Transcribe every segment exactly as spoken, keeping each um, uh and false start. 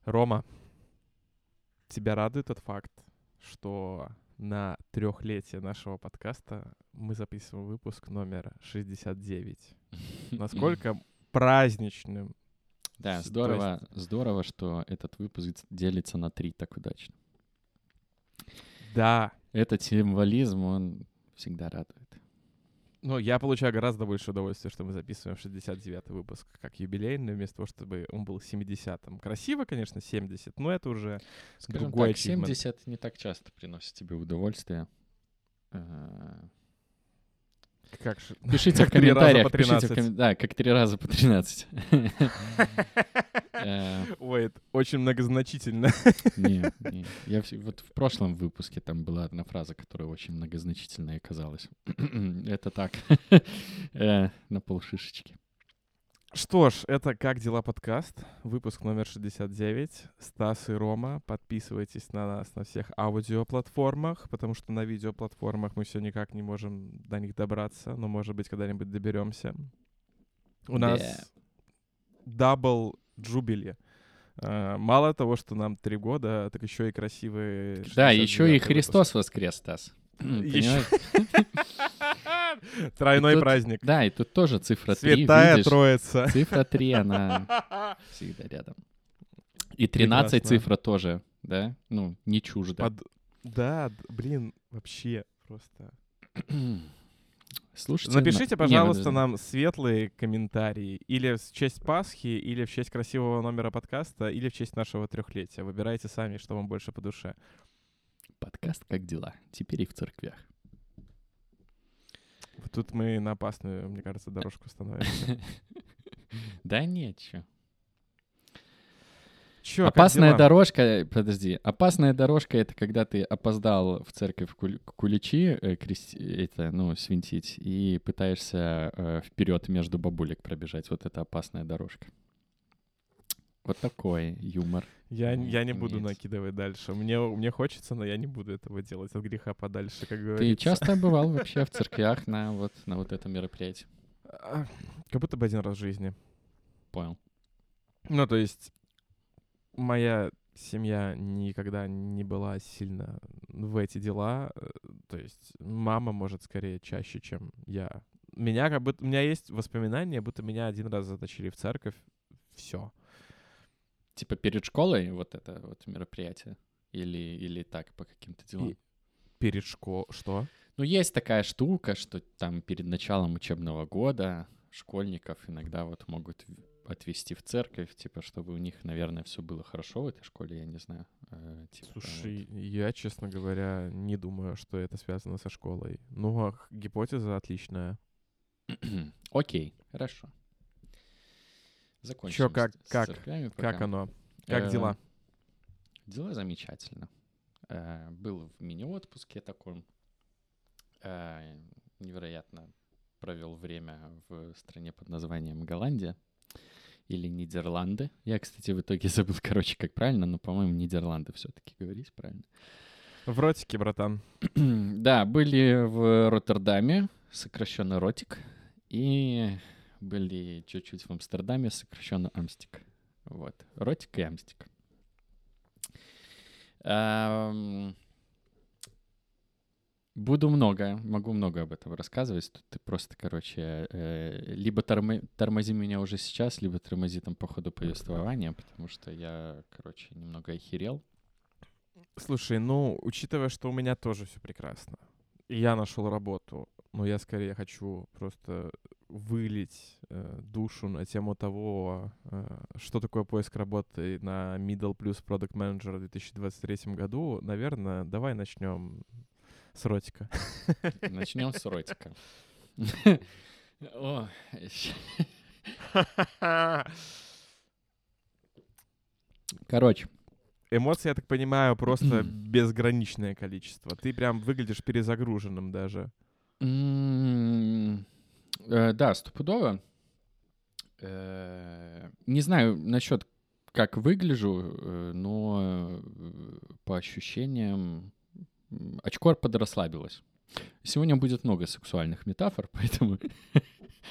Рома, тебя радует тот факт, что на трехлетие нашего подкаста мы записываем выпуск номер шестьдесят девять. Насколько праздничным. Да, С- то здорово, здорово, что этот выпуск делится на три так удачно. Да. Этот символизм, он всегда радует. Но я получаю гораздо больше удовольствия, что мы записываем шестьдесят девятый выпуск как юбилейный, вместо того, чтобы он был семидесятым. Красиво, конечно, семьдесят, но это уже Скажем другой так, achievement. семьдесят не так часто приносит тебе удовольствие. А, Как же- Пишите в как три раза комментариях, по пишите в тринадцать. коммен- да, как три раза по тринадцать. Э, Ой, это очень многозначительно. Не, не. Я вс- вот в прошлом выпуске там была одна фраза, которая очень многозначительной оказалась. Это так, э, на полшишечки. Что ж, это «Как дела?» подкаст, выпуск номер шестьдесят девять. Стас и Рома, подписывайтесь на нас на всех аудиоплатформах, потому что на видеоплатформах мы все никак не можем до них добраться, но, может быть, когда-нибудь доберемся. У Да. нас дабл джубили. А, Мало того, что нам три года, так еще и красивые Да, шестьдесят еще и девятый Христос воскрес, Стас. Ещё- Понимаешь? выпуск. Тройной И тут- праздник. Да, и тут тоже цифра три, Святая видишь? Троица. Цифра три, она всегда рядом. И тринадцать Прекрасно. цифра тоже, да? Ну, не чуждо. Под- Да, д- блин, вообще просто. Слушайте, Напишите, на- не, пожалуйста, подожди. нам светлые комментарии или в честь Пасхи, или в честь красивого номера подкаста, или в честь нашего трехлетия. Выбирайте сами, что вам больше по душе. Подкаст «Как дела?» Теперь и в церквях. Вот тут мы на опасную, мне кажется, дорожку становимся. Да нет, чё. Чё, как Опасная дела? дорожка, подожди, опасная дорожка — это когда ты опоздал в церковь куль- куличи э, крести- это, ну, свинтить и пытаешься э, вперед между бабулек пробежать. Вот это опасная дорожка. Вот такой юмор. Я, я не буду имеется. накидывать дальше. Мне, мне хочется, но я не буду этого делать от греха подальше, как Ты говорится. часто бывал вообще в церквях на вот, на вот этом мероприятии? А, Как будто бы один раз в жизни. Понял. Ну, то есть моя семья никогда не была сильно в эти дела. э, То есть мама может скорее чаще, чем я. Меня как будто... У меня есть воспоминания, будто меня один раз затащили в церковь. Все. Типа перед школой вот это вот мероприятие? Или, или так, по каким-то делам? И перед школой... Что? Ну, есть такая штука, что там перед началом учебного года школьников иногда вот могут в- отвезти в церковь, типа, чтобы у них, наверное, все было хорошо в этой школе, я не знаю. Э, типа, Слушай, я, честно говоря, не думаю, что это связано со школой. Ну, ах, гипотеза отличная. вот. Окей, хорошо. Закончим Чё, как- с, с как- церквями Как пока. оно? Как Э, дела? Дела замечательно. Э, Был в мини-отпуске таком. Э, Невероятно провел время в стране под названием Голландия или Нидерланды. Я, кстати, в итоге забыл, короче, как правильно, но, по-моему, Нидерланды все-таки говорить правильно. В ротике, братан. Да, были в Роттердаме, сокращенно Ротик, и были чуть-чуть в Амстердаме, сокращенно Амстик. Вот, Ротик и Амстик. Ам, Буду много, могу много об этом рассказывать. Тут ты просто, короче, э, либо тормо- тормози меня уже сейчас, либо тормози там по ходу повествования, потому что я, короче, немного охерел. Слушай, ну, учитывая, что у меня тоже все прекрасно, и я нашел работу, но я скорее хочу просто вылить э, душу на тему того, э, что такое поиск работы на Middle Plus Product Manager в две тысячи двадцать третьем году, наверное, давай начнем с ротика. Начнем с Ротика. О, короче, Эмоций, я так понимаю, просто безграничное количество. Ты прям выглядишь перезагруженным даже. м, э, да, стопудово. Э, Не знаю насчет, как выгляжу, э, но э, по ощущениям м, очкор подрасслабилась. Сегодня будет много сексуальных метафор, поэтому...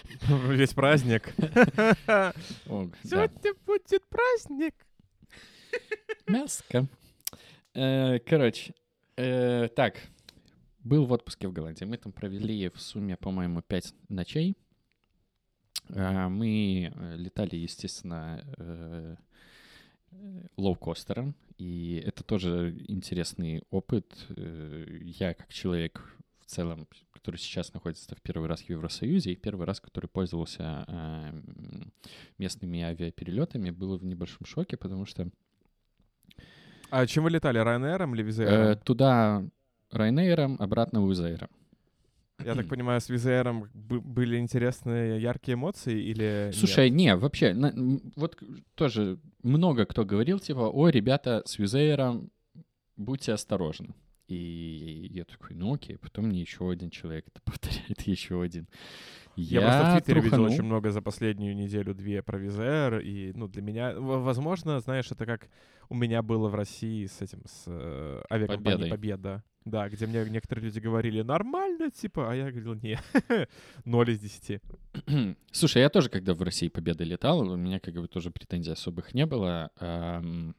Весь праздник. О, да. Сегодня будет праздник. Мяско. Э, Короче, э, так, был в отпуске в Голландии. Мы там провели в сумме, по-моему, пять ночей. Э, Мы э, летали, естественно, э, э, лоукостером, и это тоже интересный опыт. Э, Я как человек в целом, который сейчас находится в первый раз в Евросоюзе, и первый раз, который пользовался э, м, местными авиаперелетами, был в небольшом шоке, потому что А чем вы летали? Ryanair или Wizz э, Air? туда Ryanair, обратно Wizz Air. Я так понимаю, с Wizz Air бы- были интересные, яркие эмоции или Слушай, нет? не, вообще, на- м, вот к- тоже много кто говорил, типа, о, ребята, с Wizz Air будьте осторожны. И я такой, ну окей, потом мне еще один человек это повторяет, еще один. Я, просто в Твиттере видел труханул. очень много за последнюю неделю-две про Wizz Air, и, ну, для меня, в- возможно, знаешь, это как у меня было в России с этим, с э, авиакомпанией Победой. «Победа». Да, где мне некоторые люди говорили, нормально, типа, а я говорил, не, ноль из десяти. Слушай, я тоже, когда в России Победы летал, у меня как бы тоже претензий особых не было. Ам,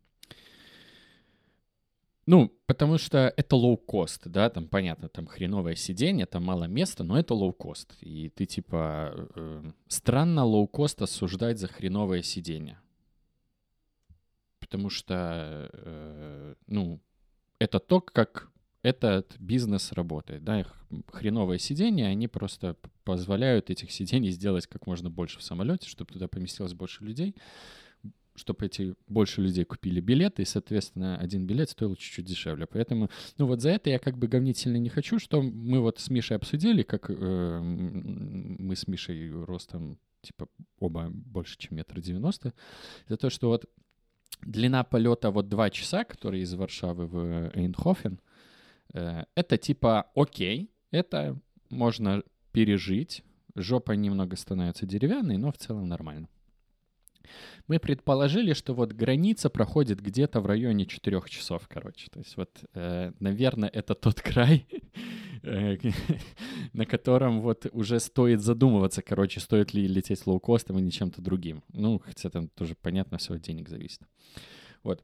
Ну, потому что это лоу-кост, да, там, понятно, там хреновое сиденье, там мало места, но это лоу-кост. И ты, типа, э, странно лоу-кост осуждать за хреновое сиденье. Потому что, э, ну, это то, как этот бизнес работает, да, их хреновое сиденье, они просто п- позволяют этих сидений сделать как можно больше в самолете, чтобы туда поместилось больше людей, чтобы эти больше людей купили билеты, и, соответственно, один билет стоил чуть-чуть дешевле. Поэтому, ну вот за это я как бы говнить сильно не хочу, что мы вот с Мишей обсудили, как э, м, мы с Мишей ростом, типа, оба больше, чем метр девяносто, за то, что вот длина полета вот два часа, которые из Варшавы в Эйнхофен, э, это типа окей, это можно пережить, жопа немного становится деревянной, но в целом нормально. Мы предположили, что вот граница проходит где-то в районе четырех часов, короче. То есть вот, э, наверное, это тот край, э, на котором вот уже стоит задумываться, короче, стоит ли лететь лоукостом и не чем-то другим. Ну, хотя там тоже, понятно, все от денег зависит. Вот.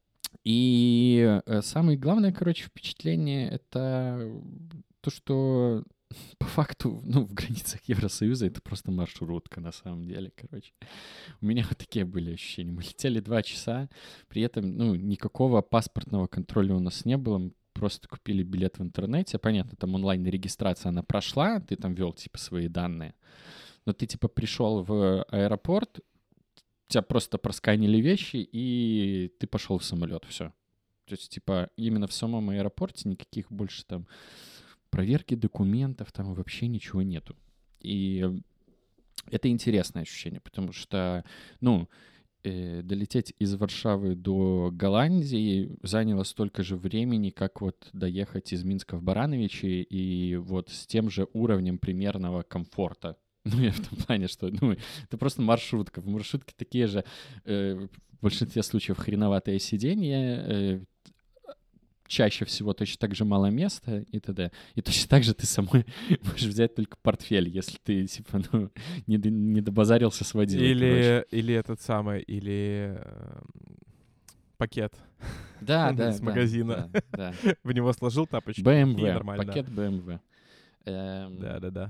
И э, самое главное, короче, впечатление — это то, что по факту, ну, в границах Евросоюза это просто маршрутка на самом деле, короче. У меня вот такие были ощущения. Мы летели два часа, при этом, ну, никакого паспортного контроля у нас не было. Мы просто купили билет в интернете. Понятно, там онлайн-регистрация, она прошла, ты там ввел, типа, свои данные. Но ты, типа, пришел в аэропорт, тебя просто просканили вещи, и ты пошел в самолет, все. То есть, типа, именно в самом аэропорте никаких больше там проверки документов, там вообще ничего нету. И это интересное ощущение, потому что, ну, э, долететь из Варшавы до Голландии заняло столько же времени, как вот доехать из Минска в Барановичи, и вот с тем же уровнем примерного комфорта. Ну, я в том плане, что, ну, это просто маршрутка. В маршрутке такие же, э, в большинстве случаев, хреноватые сиденья, э, чаще всего точно так же мало места и т.д. И точно так же ты самой можешь взять только портфель, если ты, типа, ну, не, д- не добазарился с водилой, короче. Или, или этот самый, или эм, пакет Да, да, с да, магазина. да, да. В него сложил тапочки, и бэ эм вэ, нормально. пакет бэ эм вэ. Эм, Да-да-да.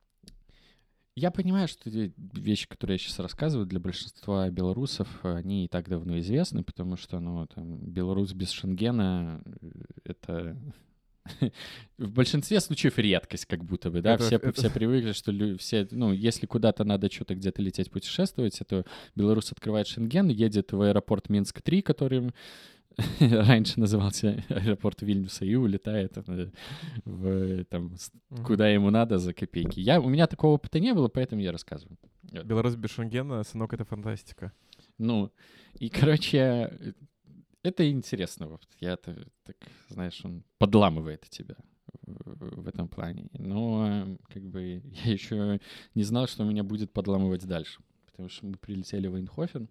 Я понимаю, что эти вещи, которые я сейчас рассказываю, для большинства белорусов, они и так давно известны, потому что, ну, там, белорус без Шенгена — это в большинстве случаев редкость, как будто бы, да, Это- все, это- все привыкли, что лю- все, ну, если куда-то надо что-то где-то лететь, путешествовать, то белорус открывает Шенген, едет в аэропорт Минск-три, который раньше назывался аэропорт Вильнюса, и улетает э, в, там, с- Мгм. куда ему надо за копейки. Я, у меня такого опыта не было, поэтому я рассказываю. Вот. Беларусь без Шенгена, сынок, это фантастика. Ну, и, короче, э, это интересно. Вот. Я это, так, знаешь, он подламывает тебя в, в этом плане. Но, э, как бы, я еще не знал, что меня будет подламывать дальше. Потому что мы прилетели в Эйнхофен,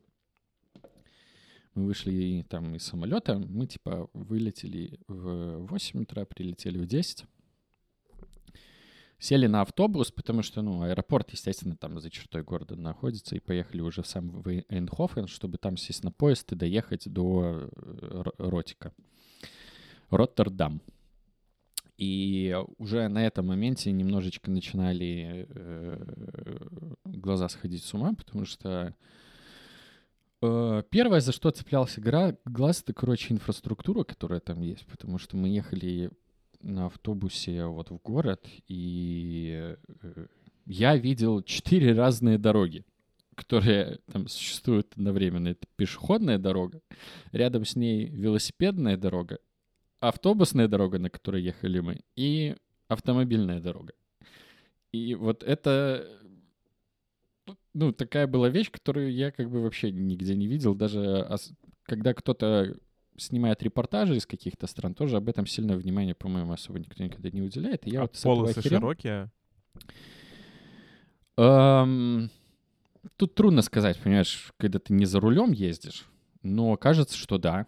мы вышли там из самолета, мы, типа, вылетели в восемь утра, прилетели в десять. Сели на автобус, потому что, ну, аэропорт, естественно, там за чертой города находится, и поехали уже в сам в Эйндхофен, чтобы там сесть на поезд и доехать до Ротика. Роттердам. И уже на этом моменте немножечко начинали э, глаза сходить с ума, потому что э, первое, за что цеплялся гра- глаз, это, короче, инфраструктура, которая там есть, потому что мы ехали на автобусе вот в город, и э, я видел четыре разные дороги, которые там существуют одновременно. Это пешеходная дорога, рядом с ней велосипедная дорога, автобусная дорога, на которой ехали мы, и автомобильная дорога. И вот это, ну, такая была вещь, которую я как бы вообще нигде не видел. Даже когда кто-то снимает репортажи из каких-то стран, тоже об этом сильное внимание, по-моему, особо никто никогда не уделяет. И я а вот с полосы этого охерел. широкие? Эм, тут трудно сказать, понимаешь, когда ты не за рулем ездишь, но кажется, что да.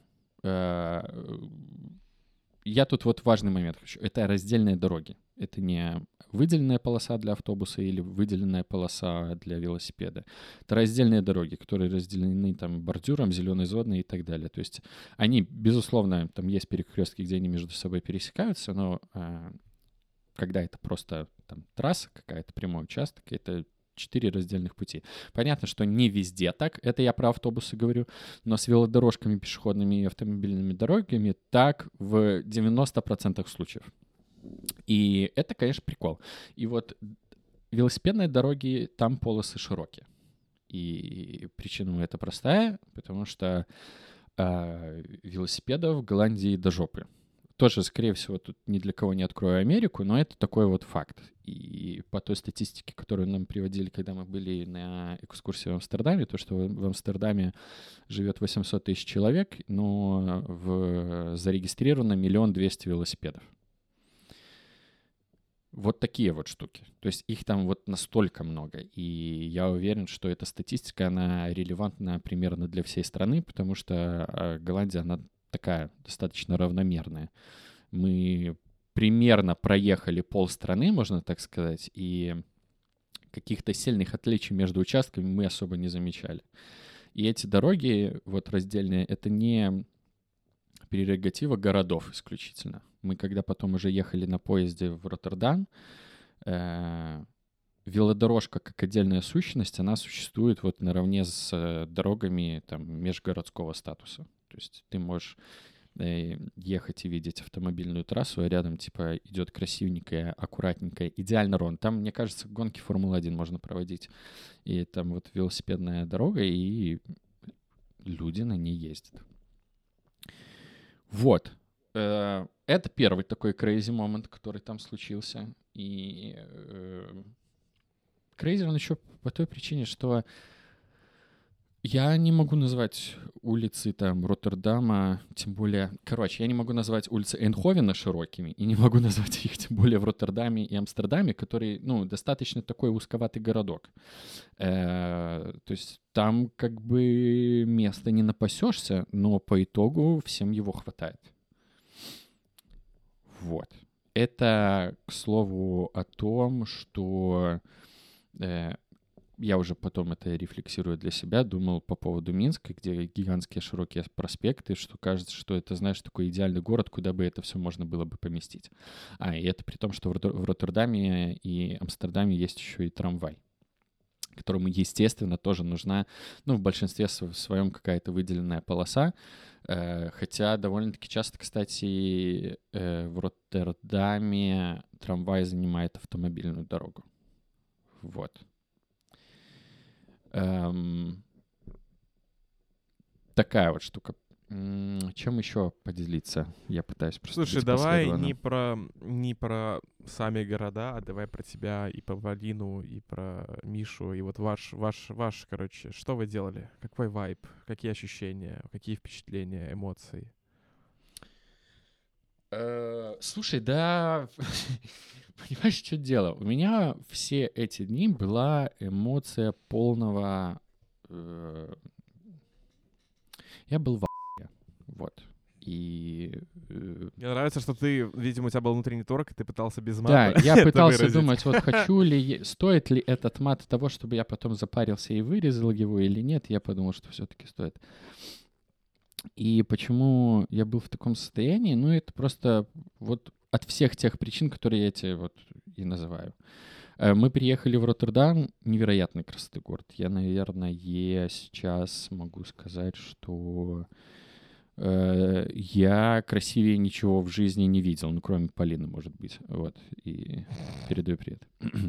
Я тут вот важный момент хочу. Это раздельные дороги. Это не выделенная полоса для автобуса или выделенная полоса для велосипеда. Это раздельные дороги, которые разделены там бордюром, зеленой зоной и так далее. То есть они, безусловно, там есть перекрестки, где они между собой пересекаются, но э, когда это просто там трасса какая-то, прямой участок, это четыре раздельных пути. Понятно, что не везде так, это я про автобусы говорю, но с велодорожками, пешеходными и автомобильными дорогами так в девяноста процентах случаев. И это, конечно, прикол. И вот велосипедные дороги, там полосы широкие. И причина это простая, потому что э, велосипедов в Голландии до жопы. Тоже, скорее всего, тут ни для кого не открою Америку, но это такой вот факт. И по той статистике, которую нам приводили, когда мы были на экскурсии в Амстердаме, то, что в Амстердаме живет восемьсот тысяч человек, но в... зарегистрировано миллион двести велосипедов. Вот такие вот штуки. То есть их там вот настолько много. И я уверен, что эта статистика, она релевантна примерно для всей страны, потому что Голландия, она такая достаточно равномерная. Мы примерно проехали полстраны, можно так сказать, и каких-то сильных отличий между участками мы особо не замечали. И эти дороги, вот раздельные, это не прерогатива городов исключительно. Мы когда потом уже ехали на поезде в Роттердам, э, велодорожка как отдельная сущность, она существует вот наравне с э, дорогами там, межгородского статуса. То есть ты можешь э, ехать и видеть автомобильную трассу, а рядом типа идет красивенькая, аккуратненькая, идеально ровно. Там, мне кажется, гонки Формулы один можно проводить. И там вот велосипедная дорога, и люди на ней ездят. Вот. Э, это первый такой crazy момент, который там случился. И э, crazy он еще по той причине, что я не могу назвать улицы там Роттердама, тем более... Короче, я не могу назвать улицы Эйндховена широкими, и не могу назвать их тем более в Роттердаме и Амстердаме, который, ну, достаточно такой узковатый городок. Э, то есть там как бы места не напасешься, но по итогу всем его хватает. Вот. Это, к слову, о том, что... Э, я уже потом это рефлексирую для себя, думал по поводу Минска, где гигантские широкие проспекты, что кажется, что это, знаешь, такой идеальный город, куда бы это все можно было бы поместить. А, и это при том, что в Роттердаме и Амстердаме есть еще и трамвай, которому, естественно, тоже нужна, ну, в большинстве своем какая-то выделенная полоса, э, хотя довольно-таки часто, кстати, э, в Роттердаме трамвай занимает автомобильную дорогу. Вот. Эм, такая вот штука. Чем еще поделиться? Я пытаюсь просто Слушай, давай не про, не про сами города, а давай про тебя и про Полину, и про Мишу, и вот ваш, ваш, ваш, короче, что вы делали? Какой вайб? Какие ощущения? Какие впечатления, эмоции? Слушай, да... Понимаешь, что дело? У меня все эти дни была эмоция полного... Э, я был в а**е. Вот. И... э, Мне нравится, что ты, видимо, у тебя был внутренний торг, и ты пытался без Да, мата я это пытался выразить. думать, вот хочу ли, е- стоит ли этот мат того, чтобы я потом запарился и вырезал его или нет. Я подумал, что все-таки стоит. И почему я был в таком состоянии? Ну, это просто вот от всех тех причин, которые я тебе вот и называю. Э, Мы приехали в Роттердам, невероятной красоты город. Я, наверное, сейчас могу сказать, что э, я красивее ничего в жизни не видел, ну, кроме Полины, может быть. Вот, и передаю привет.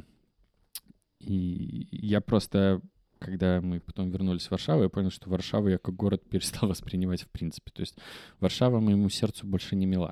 И я просто, когда мы потом вернулись в Варшаву, я понял, что Варшаву я как город перестал воспринимать в принципе. То есть Варшава моему сердцу больше не мила.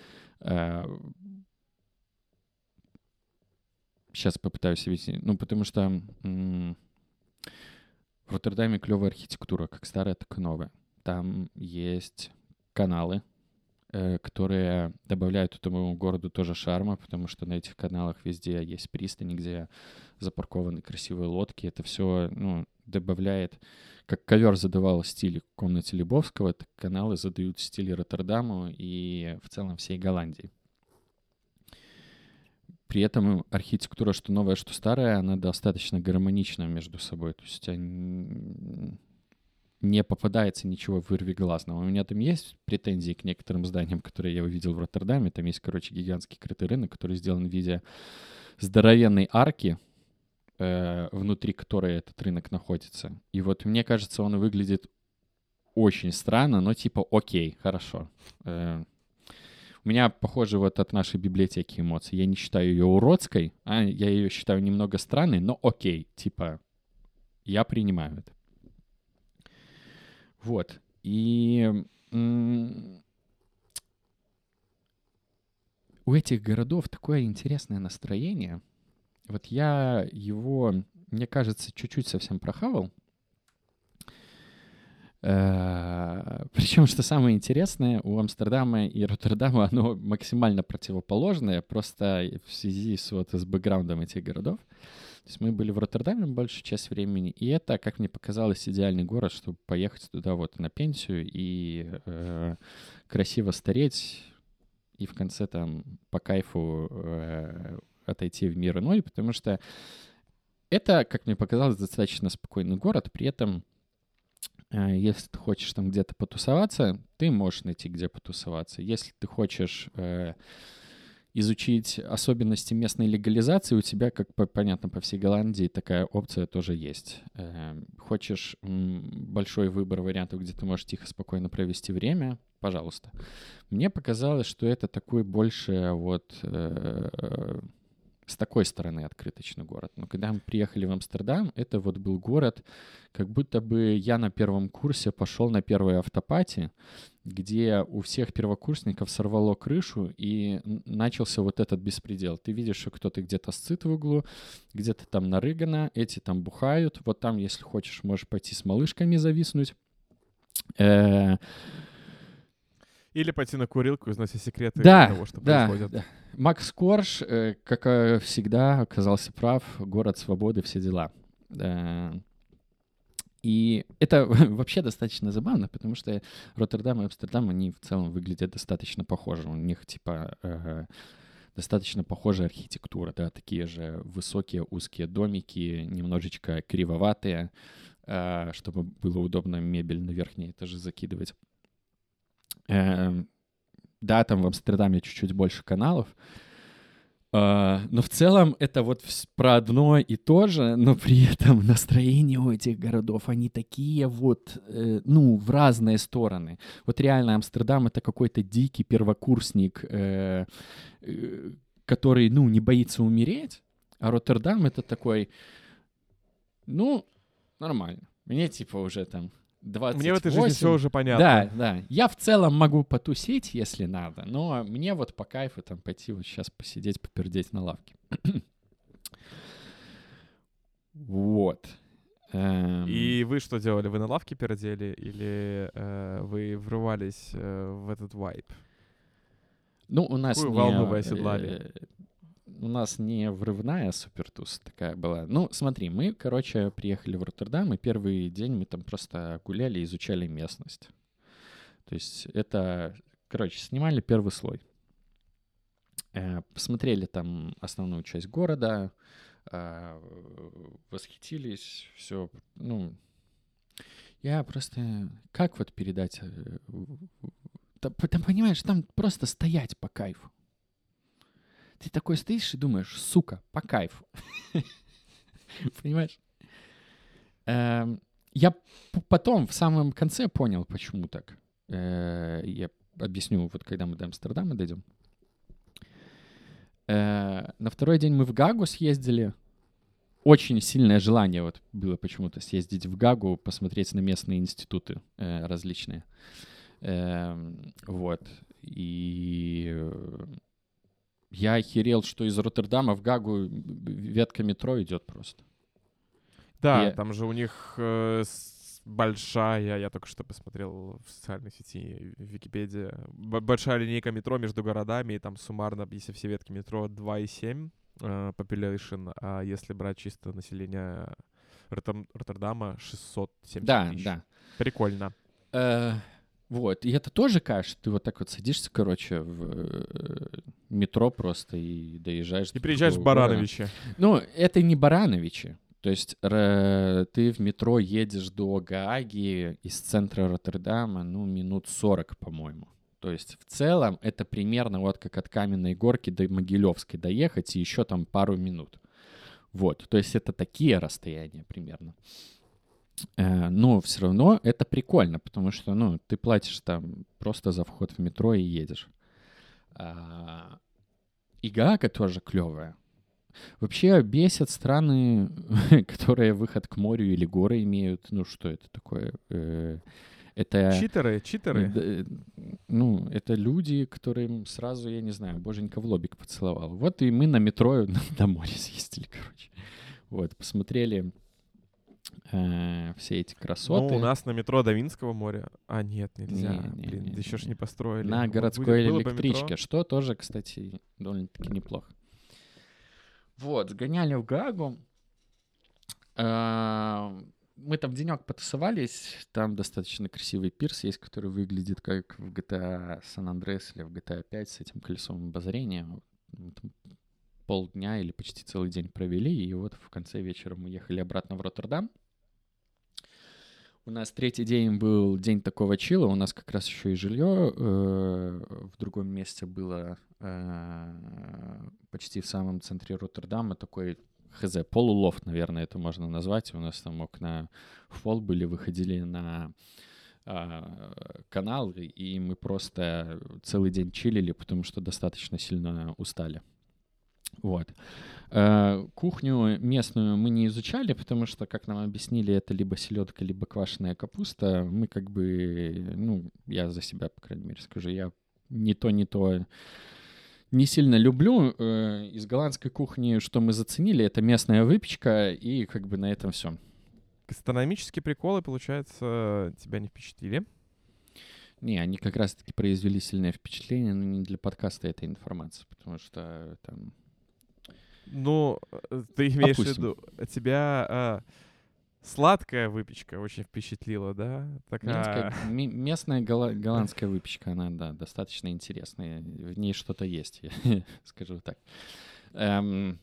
Сейчас попытаюсь объяснить. Ну, потому что м, в Роттердаме клевая архитектура, как старая, так и новая. Там есть каналы, э, которые добавляют этому городу тоже шарма, потому что на этих каналах везде есть пристани, где запаркованы красивые лодки. Это все, ну, добавляет, как ковер задавал стиль комнате Лебовского, так каналы задают стиль Роттердаму и в целом всей Голландии. При этом архитектура, что новая, что старая, она достаточно гармонична между собой. То есть у тебя н- не попадается ничего вырвиглазного. У меня там есть претензии к некоторым зданиям, которые я увидел в Роттердаме. Там есть, короче, гигантский крытый рынок, который сделан в виде здоровенной арки, э, внутри которой этот рынок находится. И вот мне кажется, он выглядит очень странно, но типа окей, хорошо. Э, У меня похоже вот от нашей библиотеки эмоций. Я не считаю ее уродской, а я ее считаю немного странной, но окей, типа я принимаю это. Вот. И м, у этих городов такое интересное настроение. Вот я его, мне кажется, чуть-чуть совсем прохавал. Причем, что самое интересное, у Амстердама и Роттердама оно максимально противоположное, просто в связи с, вот, с бэкграундом этих городов. То есть мы были в Роттердаме большую часть времени, и это, как мне показалось, идеальный город, чтобы поехать туда вот на пенсию и э, красиво стареть, и в конце там по кайфу э, отойти в мир иной, потому что это, как мне показалось, достаточно спокойный город, при этом если ты хочешь там где-то потусоваться, ты можешь найти, где потусоваться. Если ты хочешь э, изучить особенности местной легализации, у тебя, как по, понятно, по всей Голландии такая опция тоже есть. Э, хочешь м, большой выбор вариантов, где ты можешь тихо, спокойно провести время, пожалуйста. Мне показалось, что это такой больше вот... Э, с такой стороны открыточный город. Но когда мы приехали в Амстердам, это вот был город, как будто бы я на первом курсе пошел на первой автопати, где у всех первокурсников сорвало крышу и начался вот этот беспредел. Ты видишь, что кто-то где-то сцит в углу, где-то там нарыгано, эти там бухают, вот там, если хочешь, можешь пойти с малышками зависнуть. Или пойти на курилку и узнать все секреты да, того, что да, происходит. Да. Макс Корж, э, как э, всегда, оказался прав. Город свободы, все дела. Э, и это вообще достаточно забавно, потому что Роттердам и Амстердам, они в целом выглядят достаточно похожи. У них, типа, э, достаточно похожая архитектура, да, такие же высокие узкие домики, немножечко кривоватые, э, чтобы было удобно мебель на верхние этажи закидывать. Э, Да, там в Амстердаме чуть-чуть больше каналов, uh, но в целом это вот про одно и то же, но при этом настроения у этих городов, они такие вот, э, ну, в разные стороны. Вот реально Амстердам — это какой-то дикий первокурсник, э, э, который, ну, не боится умереть, а Роттердам — это такой, ну, нормально. Мне типа уже там... двадцать восемь. Мне в этой жизни все уже понятно. Да, да. Я в целом могу потусить, если надо, но мне вот по кайфу там пойти вот сейчас посидеть, попердеть на лавке. Вот. Эм, И вы что делали? Вы на лавке пердели или э, вы врывались э, в этот вайб? Ну, у нас Какую не... волну вы оседлали? э, У нас не врывная супертус такая была. Ну, смотри, мы, короче, приехали в Роттердам, и первый день мы там просто гуляли, изучали местность. То есть это короче, снимали первый слой. Э, посмотрели там основную часть города, э, восхитились, все, ну... Я просто... Как вот передать... Там, там, понимаешь, там просто стоять по кайфу. Ты такой стоишь и думаешь, сука, по кайфу. Понимаешь? Эм, я потом, в самом конце понял, почему так. Э, я объясню, вот когда мы до Амстердама дойдем. Э, на второй день мы в Гаагу съездили. Очень сильное желание вот было почему-то съездить в Гаагу, посмотреть на местные институты э, различные. Э, вот. И я охерел, что из Роттердама в Гаагу ветка метро идет просто. Да, Я... там же у них э, большая, я только что посмотрел в социальной сети, в Википедии, б- большая линейка метро между городами, и там суммарно, если все ветки метро, два и семь э, population, а если брать чисто население Роттер- Роттердама, шестьсот семьдесят Да, тысяч. да. Прикольно. Э, вот, и это тоже, кажется, ты вот так вот садишься, короче, в э, метро просто и доезжаешь. И приезжаешь в Барановичи. Ну, это не Барановичи. То есть р- ты в метро едешь до Гааги из центра Роттердама, ну, минут сорок, по-моему. То есть в целом это примерно вот как от Каменной Горки до Могилевской доехать и еще там пару минут. Вот, то есть это такие расстояния примерно. Э, но все равно это прикольно, потому что, ну, ты платишь там просто за вход в метро и едешь. А, и Гаага тоже клевая. Вообще бесят страны, которые выход к морю или горы имеют. Ну, что это такое? Э, это... Читеры, читеры. э, Ну, это люди, которым сразу, я не знаю, боженька в лобик поцеловал. Вот и мы на метро на море съездили, короче. Вот, посмотрели э, все эти красоты. Ну, у нас на метро до Винского моря. А, нет, нельзя. Не, не, Блин, не, еще ж не. не построили. На Вот городской будет- было бы электричке, метро. что тоже, кстати, довольно-таки неплохо. Вот, сгоняли в Гаагу. А, Мы там денек потусовались. Там достаточно красивый пирс есть, который выглядит как в джи ти эй San Andreas или в джи ти эй пять с этим колесом обозрения. Мы там полдня или почти целый день провели. И вот в конце вечера мы ехали обратно в Роттердам. У нас третий день был день такого чила. У нас как раз еще и жилье э, в другом месте было э, почти в самом центре Роттердама. Такой, хз, полулофт, наверное, это можно назвать. У нас там окна в пол были, выходили на э, канал, и мы просто целый день чилили, потому что достаточно сильно устали. Вот. Э, Кухню местную мы не изучали, потому что, как нам объяснили, это либо селедка, либо квашеная капуста. Мы как бы, ну, я за себя, по крайней мере, скажу, я ни то, ни то не сильно люблю. Э, Из голландской кухни, что мы заценили, это местная выпечка, и как бы на этом все. Гастрономические приколы, получается, тебя не впечатлили? Не, они как раз-таки произвели сильное впечатление, но не для подкаста этой информации, потому что там... Ну, э, ты имеешь Опустим. в виду, тебя а, сладкая выпечка очень впечатлила, да? Минская- Такая... ми- местная голла- голландская выпечка, она, да, достаточно интересная. В ней что-то есть, я скажу так. Эм,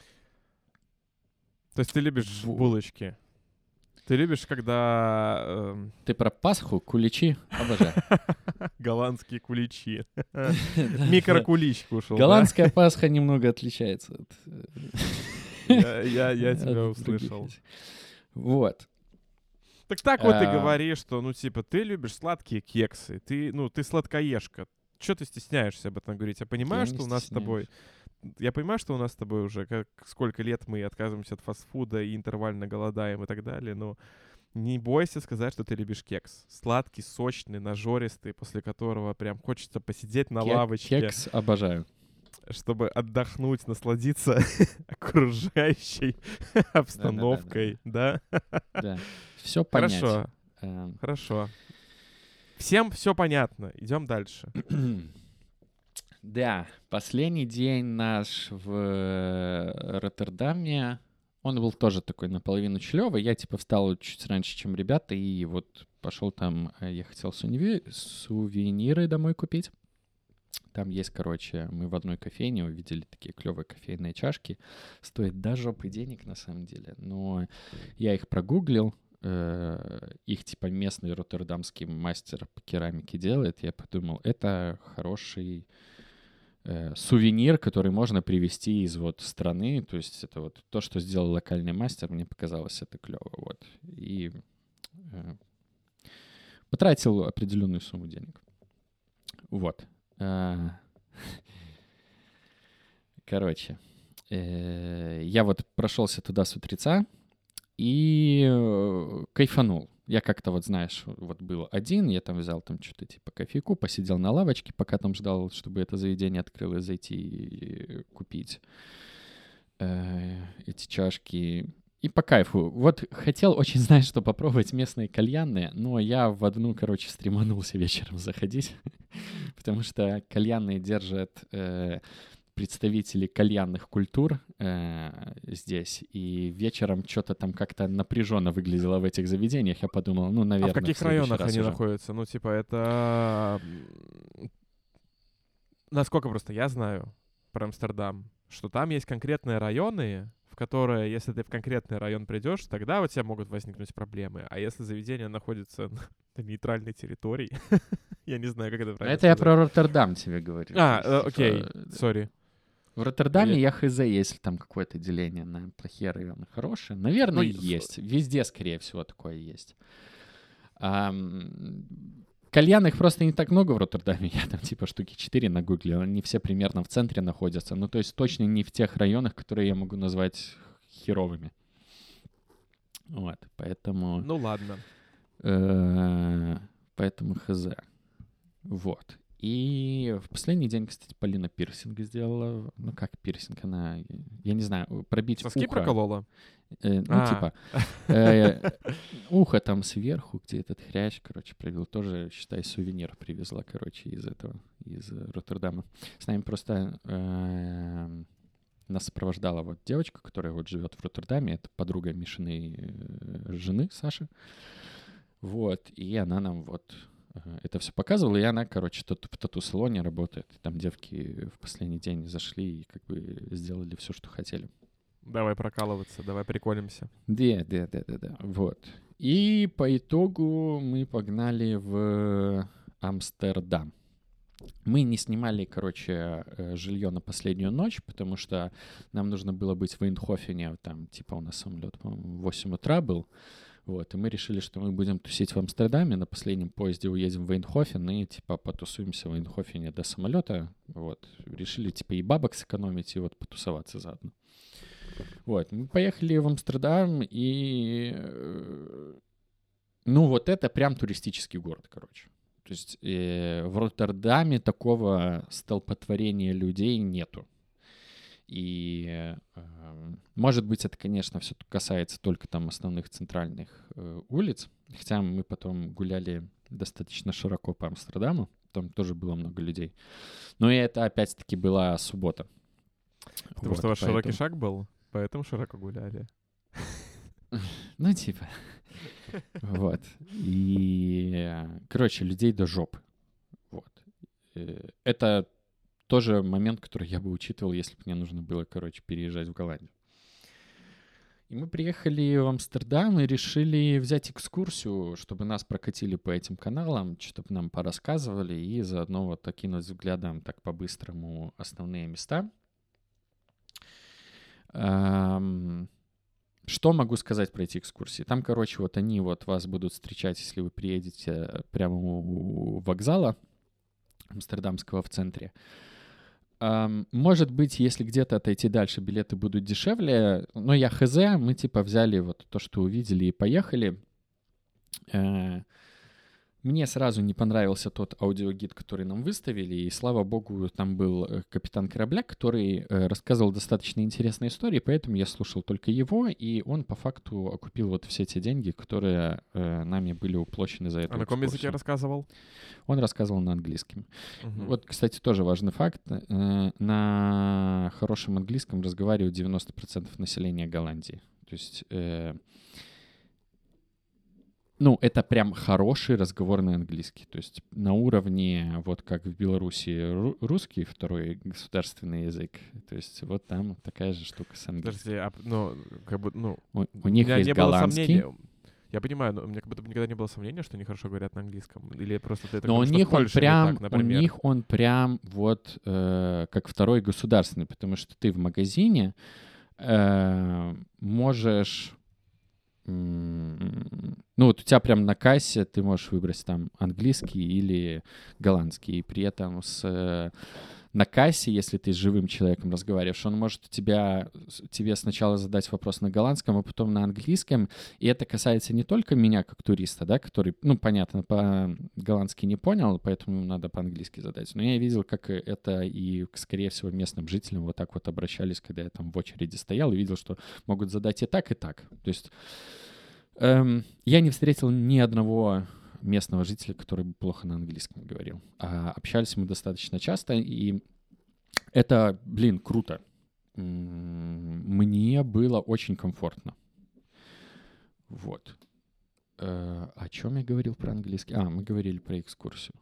То есть ты любишь Во. булочки? Ты любишь, когда эм, Ты про Пасху, куличи? Обожаю. голландские куличи. Микрокулич кушал, да? Голландская Пасха немного отличается от... Я- Я я тебя от других услышал. этих. Вот. Так так вот ты А. говоришь, что, ну, типа, ты любишь сладкие кексы, ты, ну, ты сладкоежка. Чё ты стесняешься об этом говорить? Я понимаю, Я не что у нас с тобой... Я понимаю, что у нас с тобой уже как сколько лет мы отказываемся от фастфуда и интервально голодаем и так далее, но не бойся сказать, что ты любишь кекс. Сладкий, сочный, нажористый, после которого прям хочется посидеть на Кек- лавочке, Кекс обожаю. чтобы отдохнуть, насладиться окружающей обстановкой, да? Да. Все понять. Хорошо, Эм, хорошо. Всем все понятно. Идем дальше. Да, последний день наш в э, Роттердаме, он был тоже такой наполовину чилёвый. Я типа встал чуть раньше, чем ребята, и вот пошел там, э, я хотел сувени- сувениры домой купить. Там есть, короче, мы в одной кофейне увидели такие клевые кофейные чашки. Стоят до жопы денег, на самом деле. Но я их прогуглил. Э, их, типа, местный роттердамский мастер по керамике делает. Я подумал, это хороший э, сувенир, который можно привезти из вот страны. То есть это вот то, что сделал локальный мастер. Мне показалось это клево. Вот. И э, потратил определенную сумму денег. Вот. Короче, я вот прошелся туда с утреца и кайфанул. Я как-то вот, знаешь, вот был один, я там взял там что-то типа кофейку, посидел на лавочке, пока там ждал, чтобы это заведение открылось, зайти и купить эти чашки. И по кайфу. Вот хотел очень, знаешь, что попробовать местные кальянные, но я в одну, короче, стреманулся вечером заходить, потому что кальянные держат э, представители кальянных культур э, здесь, и вечером что-то там как-то напряженно выглядело в этих заведениях. Я подумал, ну, наверное, а в каких в следующий районах раз они уже. находятся? Ну, типа, это... Насколько просто я знаю про Амстердам, что там есть конкретные районы, в которые, если ты в конкретный район придешь, тогда у тебя могут возникнуть проблемы. А если заведение находится на нейтральной территории, я не знаю, как это правильно Это я сказать. про Роттердам тебе говорю. А, То э, есть, окей, типа, сори. В Роттердаме Я- я хз, если там какое-то деление на плохие районы, хорошие. Наверное, Ну, и- есть. Везде, скорее всего, такое есть. Ам, Кальянных просто не так много в Роттердаме. Я там типа штуки четыре нагуглил. Они все примерно в центре находятся. Ну, то есть точно не в тех районах, которые я могу назвать херовыми. Вот, поэтому... Ну, ладно. э, Поэтому хз. Вот. И в последний день, кстати, Полина пирсинг сделала. Ну, как пирсинг? Она, я не знаю, пробить Соски ухо. проколола? Э, ну, А. типа, э, ухо там сверху, где этот хрящ, короче, пробил. Тоже, считай, сувенир привезла, короче, из этого, из Роттердама. С нами просто э, нас сопровождала вот девочка, которая вот живет в Роттердаме. Это подруга Мишиной э, жены, Саши. Вот, и она нам вот э, это все показывала, и она, короче, тут в тату-салоне работает. Там девки в последний день зашли и как бы сделали все, что хотели. Давай прокалываться, давай приколимся. Да, да, да, да, да. Вот. И по итогу мы погнали в Амстердам. Мы не снимали, короче, э, жилье на последнюю ночь, потому что нам нужно было быть в Эйндхофене. Там, типа, у нас самолет, по-моему, в восемь утра был. Вот, и мы решили, что мы будем тусить в Амстердаме, на последнем поезде уедем в Эйндхофен и, типа, потусуемся в Эйндхофене до самолета. Вот, решили, типа, и бабок сэкономить, и вот потусоваться заодно. Вот, мы поехали в Амстердам, и... э, Ну, вот это прям туристический город, короче. То есть э, в Роттердаме такого столпотворения людей нету. И, э, может быть, это, конечно, все касается только там основных центральных э, улиц. Хотя мы потом гуляли достаточно широко по Амстердаму. Там тоже было много людей. Но и это, опять-таки, была суббота. Потому Вот, что у вас широкий поэтому- шаг был, поэтому широко гуляли. Ну, типа. Вот. И, э, короче, людей до жопы. Вот. Э, Это тоже момент, который я бы учитывал, если бы мне нужно было, короче, переезжать в Голландию. И мы приехали в Амстердам и решили взять экскурсию, чтобы нас прокатили по этим каналам, чтобы нам порассказывали и заодно вот окинуть взглядом так по-быстрому основные места. Ам, Что могу сказать про эти экскурсии? Там, короче, вот они вот вас будут встречать, если вы приедете прямо у вокзала амстердамского в центре. Ам, Может быть, если где-то отойти дальше, билеты будут дешевле. Но я хз, мы типа взяли вот то, что увидели, и поехали. Э, Мне сразу не понравился тот аудиогид, который нам выставили, и, слава богу, там был э, капитан корабля, который э, рассказывал достаточно интересные истории, поэтому я слушал только его, и он по факту окупил вот все те деньги, которые э, нами были уплочены за эту А на каком языке экскурсию. рассказывал? Он рассказывал на английском. Мгм. Вот, кстати, тоже важный факт. Э, На хорошем английском разговаривают девяносто процентов населения Голландии. То есть... э, ну, это прям хороший разговорный английский. То есть на уровне, вот как в Беларуси ру- русский второй государственный язык. То есть вот там такая же штука с английским. Подожди, а, ну, как бы, ну, У, у у них меня есть не было голландский. сомнения. Я понимаю, но у меня как будто бы никогда не было сомнения, что они хорошо говорят на английском. Или просто ты это Но у говоришь, что в них он Польше не прям, так, у например. них он прям вот э, как второй государственный, потому что ты в магазине э, можешь, м, ну вот у тебя прям на кассе ты можешь выбрать там английский или голландский, и при этом с э, на кассе, если ты с живым человеком разговариваешь, он может у тебя, с- тебе сначала задать вопрос на голландском, а потом на английском. И это касается не только меня, как туриста, да, который, ну, понятно, по-голландски не понял, поэтому ему надо по-английски задать. Но я видел, как это и, скорее всего, местным жителям вот так вот обращались, когда я там в очереди стоял и видел, что могут задать и так, и так. То есть эм, я не встретил ни одного местного жителя, который бы плохо на английском говорил. А общались мы достаточно часто, и это, блин, круто. М, Мне было очень комфортно. Вот. Э, О чем я говорил про английский? А, мы говорили про экскурсию.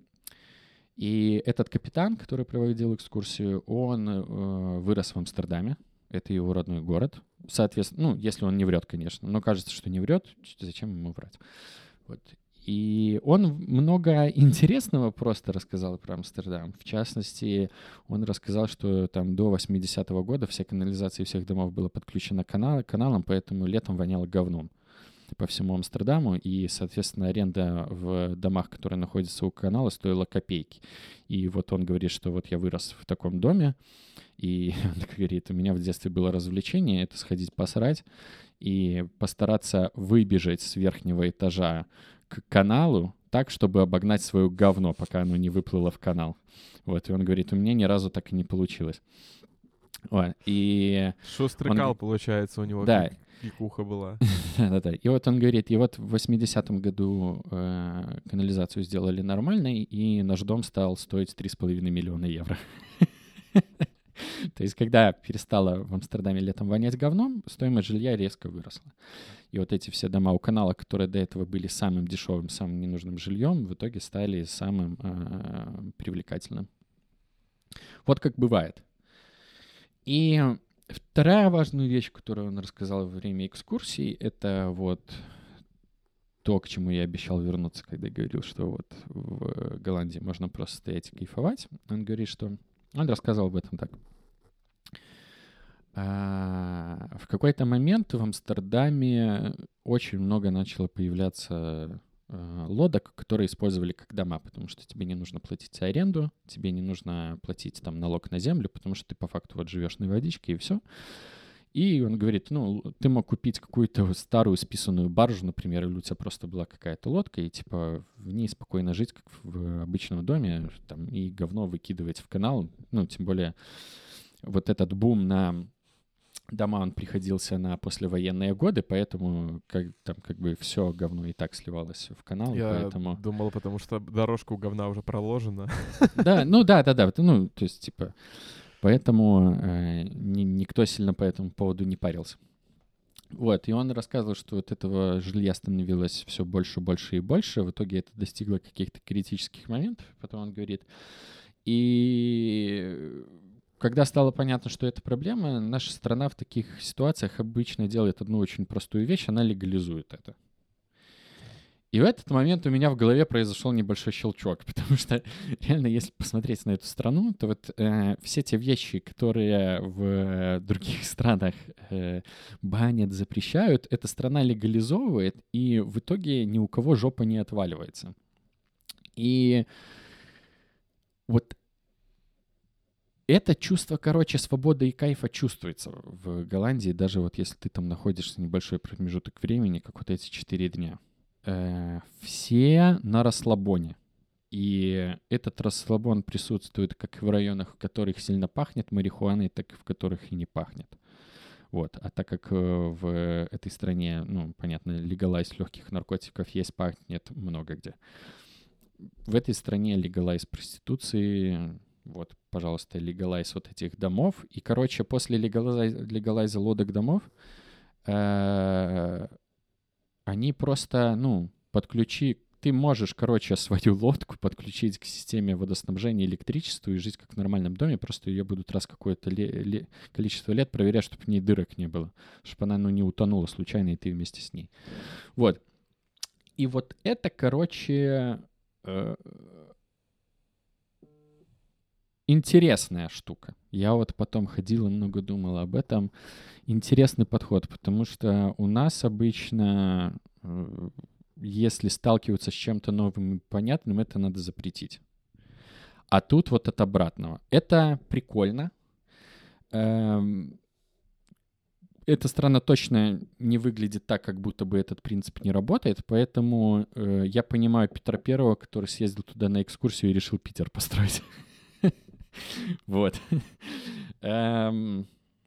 И этот капитан, который проводил экскурсию, он э, вырос в Амстердаме. Это его родной город. Соответственно, ну, если он не врет, конечно. Но кажется, что не врет. Зачем ему врать? Вот. И он много интересного просто рассказал про Амстердам. В частности, он рассказал, что там до восьмидесятого года вся канализация всех домов была подключена канал, каналом, поэтому летом воняло говном по всему Амстердаму, и, соответственно, аренда в домах, которые находятся у канала, стоила копейки. И вот он говорит, что вот я вырос в таком доме, и он говорит, у меня в детстве было развлечение — это сходить посрать и постараться выбежать с верхнего этажа к каналу так, чтобы обогнать свое говно, пока оно не выплыло в канал. Вот, и он говорит, у меня ни разу так и не получилось. Вот, и Шустрый он кал, г- получается, у него да, клик- кликуха была. да-да-да. И вот он говорит, и вот в восьмидесятом году э, канализацию сделали нормальной, и наш дом стал стоить три с половиной миллиона евро. То есть, когда перестало в Амстердаме летом вонять говном, стоимость жилья резко выросла. И вот эти все дома у канала, которые до этого были самым дешевым, самым ненужным жильем, в итоге стали самым э, привлекательным. Вот как бывает. И вторая важная вещь, которую он рассказал во время экскурсии, это вот то, к чему я обещал вернуться, когда говорил, что вот в Голландии можно просто стоять и кайфовать. Он говорит, что... Он рассказал об этом так. А, в какой-то момент в Амстердаме очень много начало появляться а, лодок, которые использовали как дома, потому что тебе не нужно платить за аренду, тебе не нужно платить там налог на землю, потому что ты по факту вот живешь на водичке и все. И он говорит, ну, ты мог купить какую-то старую списанную баржу, например, или у тебя просто была какая-то лодка, и типа в ней спокойно жить, как в обычном доме, там, и говно выкидывать в канал. Ну, тем более вот этот бум на дома, он приходился на послевоенные годы, поэтому как, там как бы все говно и так сливалось в канал, Я поэтому... думал, потому что дорожка у говна уже проложена. Да, ну да, да, да, ну, то есть, типа, поэтому э, ни- никто сильно по этому поводу не парился. Вот, и он рассказывал, что вот этого жилья становилось все больше, больше и больше. В итоге это достигло каких-то критических моментов. Потом он говорит, и когда стало понятно, что это проблема, наша страна в таких ситуациях обычно делает одну очень простую вещь, она легализует это. И в этот момент у меня в голове произошел небольшой щелчок, потому что реально, если посмотреть на эту страну, то вот э, все те вещи, которые в э, других странах э, банят, запрещают, эта страна легализовывает, и в итоге ни у кого жопа не отваливается. И вот это чувство, короче, свободы и кайфа чувствуется в Голландии, даже вот если ты там находишься небольшой промежуток времени, как вот эти четыре дня. Э, все на расслабоне. И этот расслабон присутствует как в районах, в которых сильно пахнет марихуаной, так и в которых и не пахнет. Вот. А так как э, в этой стране, ну, понятно, легалайз легких наркотиков есть, пахнет много где. В этой стране легалайз проституции, вот, пожалуйста, легалайз вот этих домов. И, короче, после легалайза, легалайза лодок домов э, они просто, ну, подключи... Ты можешь, короче, свою лодку подключить к системе водоснабжения электричеству и жить как в нормальном доме, просто ее будут раз какое-то ле- ле- количество лет проверять, чтобы в ней дырок не было, чтобы она, ну, не утонула случайно, и ты вместе с ней. Вот. И вот это, короче, э, интересная штука. Я вот потом ходил и много думал об этом. Интересный подход, потому что у нас обычно... э, если сталкиваться с чем-то новым и понятным, это надо запретить. А тут вот от обратного. Это прикольно. Эм, Эта страна точно не выглядит так, как будто бы этот принцип не работает, поэтому э, я понимаю Петра Первого, который съездил туда на экскурсию и решил Питер построить. Вот. Эм,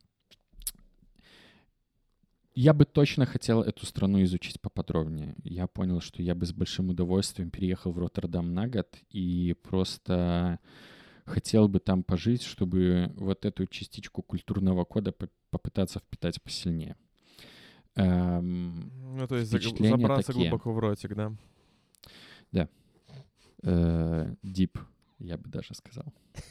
Я бы точно хотел эту страну изучить поподробнее. Я понял, что я бы с большим удовольствием переехал в Роттердам на год и просто хотел бы там пожить, чтобы вот эту частичку культурного кода по- попытаться впитать посильнее. Эм, Ну, то есть заг- впечатления забраться такие. глубоко в ротик, да? Да. Э, Deep, я бы даже сказал.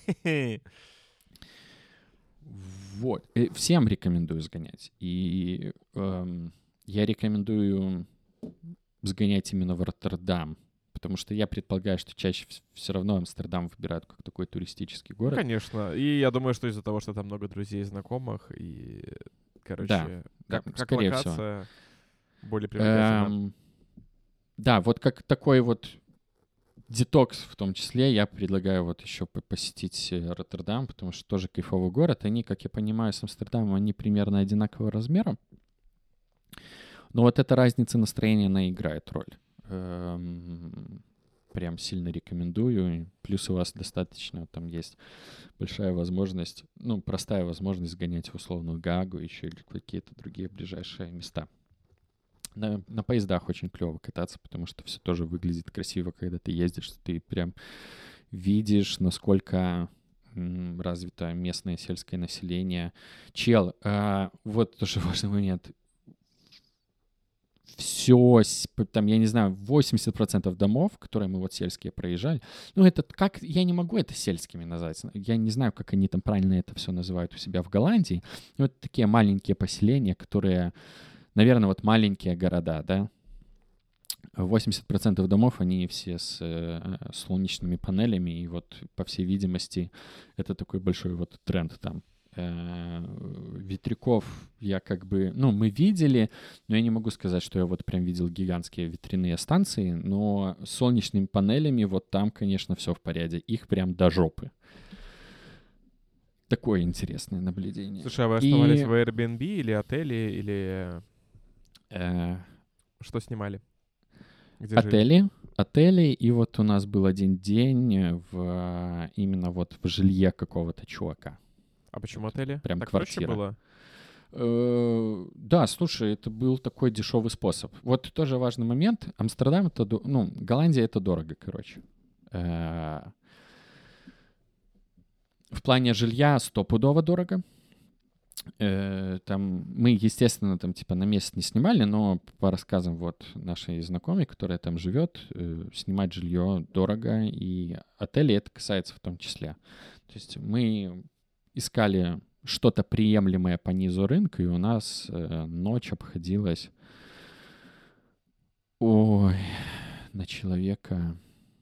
Вот. Э, Всем рекомендую сгонять. И эм, я рекомендую сгонять именно в Роттердам, потому что я предполагаю, что чаще все равно Амстердам выбирают как такой туристический Ну, город. конечно. И я думаю, что из-за того, что там много друзей и знакомых, и, короче, Да, да, как, как скорее всего. локация более привлекательна. Эм, Да, вот как такой вот детокс в том числе, я предлагаю вот еще по- посетить э, Роттердам, потому что тоже кайфовый город. Они, как я понимаю, с Амстердамом, они примерно одинакового размера. Но вот эта разница настроения, она играет роль. Эм, Прям сильно рекомендую. Плюс у вас достаточно, там есть большая возможность, ну, простая возможность сгонять в условную Гаагу еще или какие-то другие ближайшие места. На, на поездах очень клево кататься, потому что все тоже выглядит красиво, когда ты ездишь, ты прям видишь, насколько м, развито местное сельское население. Чел, а, вот тоже важный момент. Все, там, я не знаю, восемьдесят процентов домов, которые мы вот сельские проезжали, ну, это как, я не могу это сельскими назвать. Я не знаю, как они там правильно это все называют у себя в Голландии. Но это такие маленькие поселения, которые, наверное, вот маленькие города, да. восемьдесят процентов домов, они все с э, солнечными панелями, и вот, по всей видимости, это такой большой вот тренд там. Э, ветряков я как бы... Ну, мы видели, но я не могу сказать, что я вот прям видел гигантские ветряные станции, но с солнечными панелями вот там, конечно, все в порядке. Их прям до жопы. Такое интересное наблюдение. Слушай, а вы оставались И, в Airbnb или отеле, или э, что снимали? Где жили? Отели, отели, и вот у нас был один день в именно вот в жилье какого-то чувака. А почему отели? Прям Так квартира. проще было? Э, Да, слушай, это был такой дешевый способ. Вот тоже важный момент. Амстердам это, до- ну, Голландия это дорого, короче. Э, В плане жилья стопудово дорого. Э, Там мы, естественно, там типа на месяц не снимали, но по рассказам вот нашей знакомой, которая там живет, э, снимать жилье дорого, и отели это касается в том числе. То есть мы искали что-то приемлемое по низу рынка, и у нас э, ночь обходилась, ой, на человека,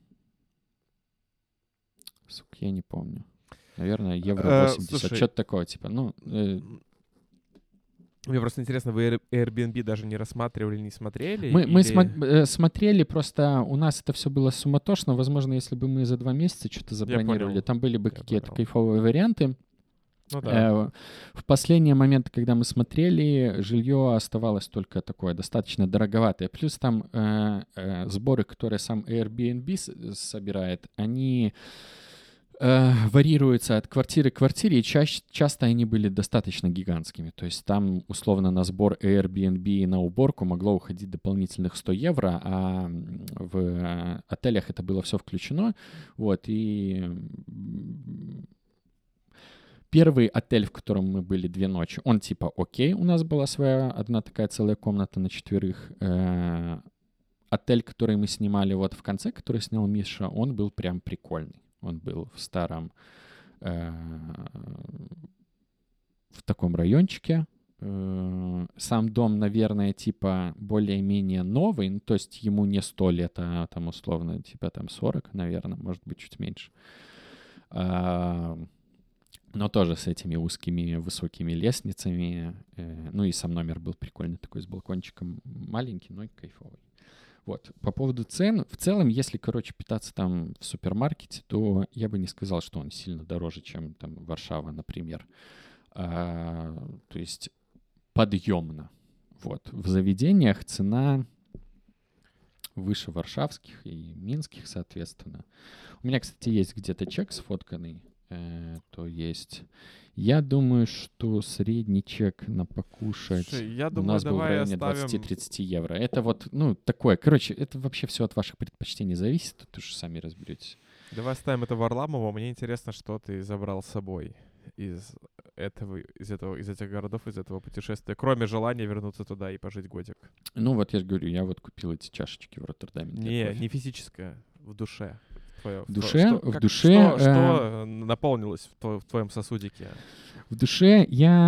сука, я не помню. Наверное, евро Э, восемьдесят, слушай, что-то такое, типа, ну, э, Мне просто интересно, вы Air- Airbnb даже не рассматривали, не смотрели? Мы, мы или- смо- э, смотрели, просто у нас это все было суматошно. Возможно, если бы мы за два месяца что-то забронировали, понял. там были бы Я какие-то понял. кайфовые варианты. Ну да. Э, В последние моменты, когда мы смотрели, жилье оставалось только такое достаточно дороговатое. Плюс там э, э, сборы, которые сам Airbnb с- собирает, они э, варьируются от квартиры к квартире, и чаще, часто они были достаточно гигантскими. То есть там, условно, на сбор Airbnb и на уборку могло уходить дополнительных сто евро, а м, в э, отелях это было все включено. Вот, и м, первый отель, в котором мы были две ночи, он типа окей, у нас была своя одна такая целая комната на четверых. Э, отель, который мы снимали вот в конце, который снял Миша, он был прям прикольный. Он был в старом, э, в таком райончике. Э, сам дом, наверное, типа более-менее новый, ну, то есть ему не сто лет, а там условно типа там сорок, наверное, может быть чуть меньше. Э, но тоже с этими узкими высокими лестницами. Э, ну и сам номер был прикольный такой, с балкончиком, маленький, но и кайфовый. Вот. По поводу цен, в целом, если, короче, питаться там в супермаркете, то я бы не сказал, что он сильно дороже, чем там Варшава, например. А, то есть подъемно. Вот. В заведениях цена выше варшавских и минских, соответственно. У меня, кстати, есть где-то чек сфотканный. Э, то есть я думаю, что средний чек на покушать Слушай, я у думаю, нас был в давай районе оставим... двадцать-тридцать евро. Это вот, ну, такое. Короче, это вообще все от ваших предпочтений зависит. Тут уж сами разберетесь. Давай оставим это Варламово. Мне интересно, что ты забрал с собой из этого, из этого, из этих городов, из этого путешествия, кроме желания вернуться туда и пожить годик. Ну, вот я же говорю, я вот купил эти чашечки в Роттердаме. для Не, кофе. не физическое, в душе. Твое, В душе? Что, В как- душе, Что, э, что наполнилось в, тво- в твоем сосудике? В душе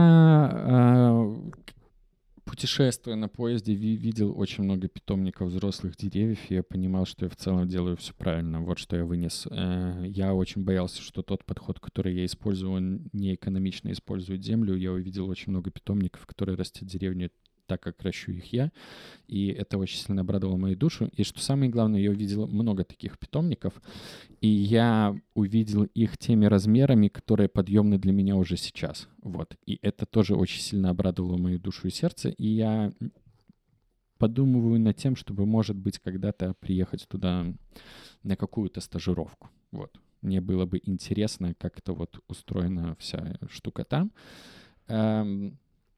я, э, путешествуя на поезде, ви- видел очень много питомников взрослых деревьев, и я понимал, что я в целом делаю все правильно. Вот что я вынес. Э, Я очень боялся, что тот подход, который я использую, он неэкономично использует землю. Я увидел очень много питомников, которые растят деревню так, как ращу их я, и это очень сильно обрадовало мою душу. И что самое главное, я увидел много таких питомников, и я увидел их теми размерами, которые подъемны для меня уже сейчас. Вот. И это тоже очень сильно обрадовало мою душу и сердце, и я подумываю над тем, чтобы, может быть, когда-то приехать туда на какую-то стажировку. Вот. Мне было бы интересно, как это вот устроена вся штука там. Эм,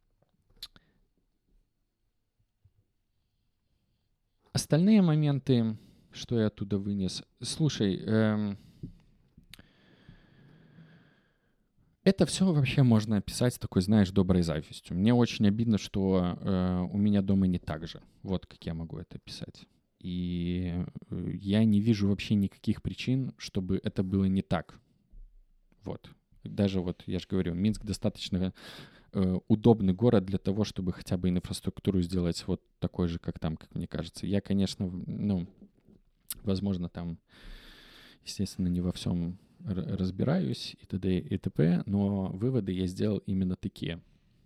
Остальные моменты, что я оттуда вынес. Слушай, эм, это все вообще можно описать такой, знаешь, доброй завистью. Мне очень обидно, что э, у меня дома не так же. Вот как я могу это описать. И э, я не вижу вообще никаких причин, чтобы это было не так. Вот. Даже вот, я же говорю, Минск достаточно э, удобный город для того, чтобы хотя бы инфраструктуру сделать вот такой же, как там, как мне кажется. Я, конечно, в- ну, возможно, там, естественно, не во всем р- разбираюсь и т.д. и т.п., но выводы я сделал именно такие.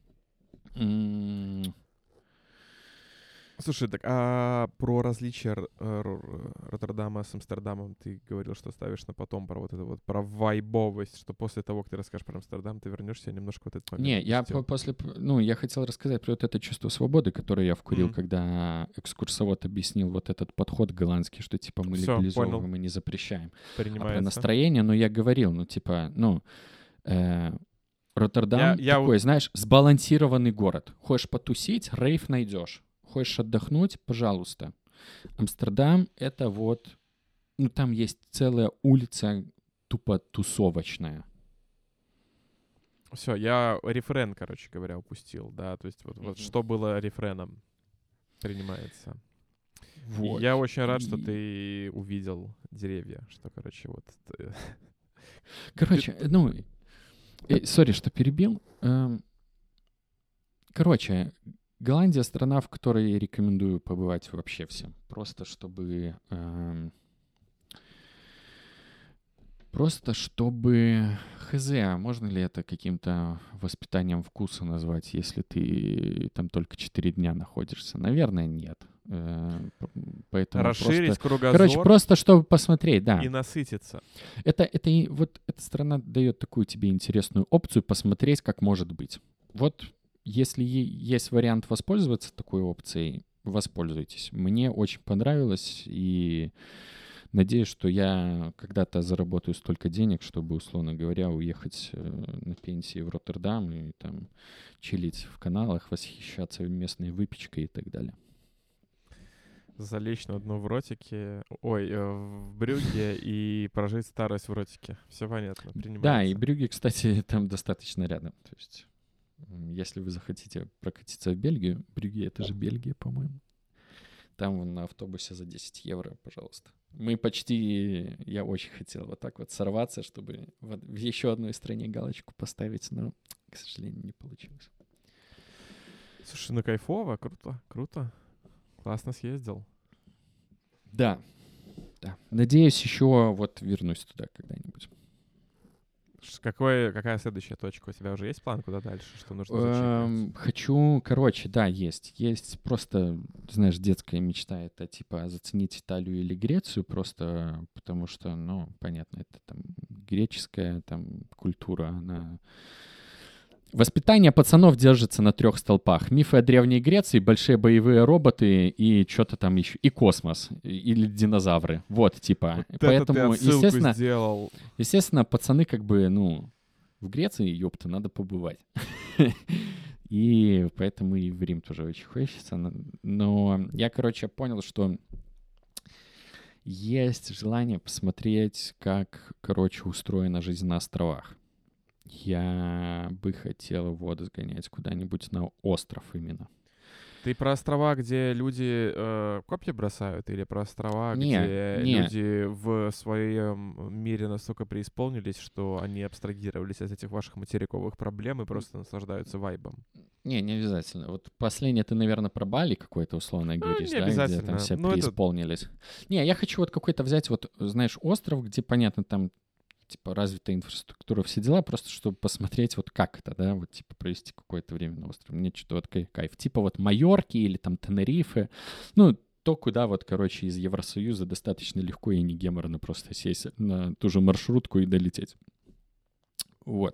М, Слушай, так а про различия Р- Р- Роттердама с Амстердамом ты говорил, что ставишь на потом, про вот это вот, про вайбовость, что после того, как ты расскажешь про Амстердам, ты вернешься немножко вот этот момент. Не, я упустил. по- после, п- ну, я хотел рассказать про вот это чувство свободы, которое я вкурил, Мгм. когда экскурсовод объяснил вот этот подход голландский, что типа мы Всё, легализовываем понял. и не запрещаем. А про Принимается. настроение, ну, я говорил, ну, типа, ну, э, Роттердам Я- я такой, вот- знаешь, сбалансированный город. Хочешь потусить, рейв найдешь. Хочешь отдохнуть, пожалуйста. Амстердам — это вот, ну, там есть целая улица тупо тусовочная. Все, я рефрен, короче говоря, упустил, да, то есть вот, вот Мгм. что было рефреном, принимается. И Вот. я очень рад, что И- ты увидел деревья, что, короче, вот... ты- Короче, ну, э, сори, что перебил. Эм, Короче, Голландия — страна, в которой я рекомендую побывать вообще всем. Просто чтобы... эм, Просто чтобы... Хз, а можно ли это каким-то воспитанием вкуса назвать, если ты там только четыре дня находишься? Наверное, нет. Э, п- Поэтому Расширить просто... кругозор Короче, просто чтобы посмотреть, да. и насытиться. Это, это и вот эта страна дает такую тебе интересную опцию посмотреть, как может быть. Вот если е- есть вариант воспользоваться такой опцией, воспользуйтесь. Мне очень понравилось, и надеюсь, что я когда-то заработаю столько денег, чтобы, условно говоря, уехать э, на пенсии в Роттердам и там чилить в каналах, восхищаться местной выпечкой и так далее. залечь на дно в ротике, ой, э, в Брюгге и прожить старость в ротике. Все понятно, принимается. Да, и Брюгге, кстати, там достаточно рядом. То есть, м, если вы захотите прокатиться в Бельгию, Брюгге — это же Бельгия, по-моему. Там вон на автобусе за десять евро, пожалуйста. Мы почти... Я очень хотел вот так вот сорваться, чтобы вот в еще одной стране галочку поставить, но, к сожалению, не получилось. Слушай, ну кайфово, круто, круто. Классно съездил. Да, да. Надеюсь, еще вот вернусь туда когда-нибудь. Ш- Какой, какая следующая точка? У тебя уже есть план, куда дальше? Что нужно Эм, зачекать? Хочу, короче, да, есть. Есть просто, знаешь, детская мечта — это типа заценить Италию или Грецию, просто потому что, ну, понятно, это там греческая там культура, она... Воспитание пацанов держится на трех столпах. Мифы о Древней Греции, большие боевые роботы и что-то там еще. И космос. и- Или динозавры. Вот, типа. Вот это ты Поэтому, отсылку естественно, сделал. естественно, пацаны как бы, ну, в Греции, ёпта, надо побывать. И поэтому и в Рим тоже очень хочется. Но- Но я, короче, понял, что есть желание посмотреть, как, короче, устроена жизнь на островах. Я бы хотел вот сгонять куда-нибудь на остров именно. Ты про острова, где люди э, копья бросают, или про острова, Не, где не. люди в своем мире настолько преисполнились, что они абстрагировались от этих ваших материковых проблем и просто наслаждаются вайбом? Не, не обязательно. Вот последнее ты, наверное, про Бали какой-то условно говоришь, не да, где там обязательно. все Ну, это- преисполнились. Не, я хочу вот какой-то взять вот, знаешь, остров, где, понятно, там типа развитая инфраструктура, все дела, просто чтобы посмотреть вот как это, да, вот типа провести какое-то время на острове. Мне что-то вот кай- кайф. Типа вот Майорки или там Тенерифе. Ну, то, куда вот, короче, из Евросоюза достаточно легко и не геморно просто сесть на ту же маршрутку и долететь. Вот.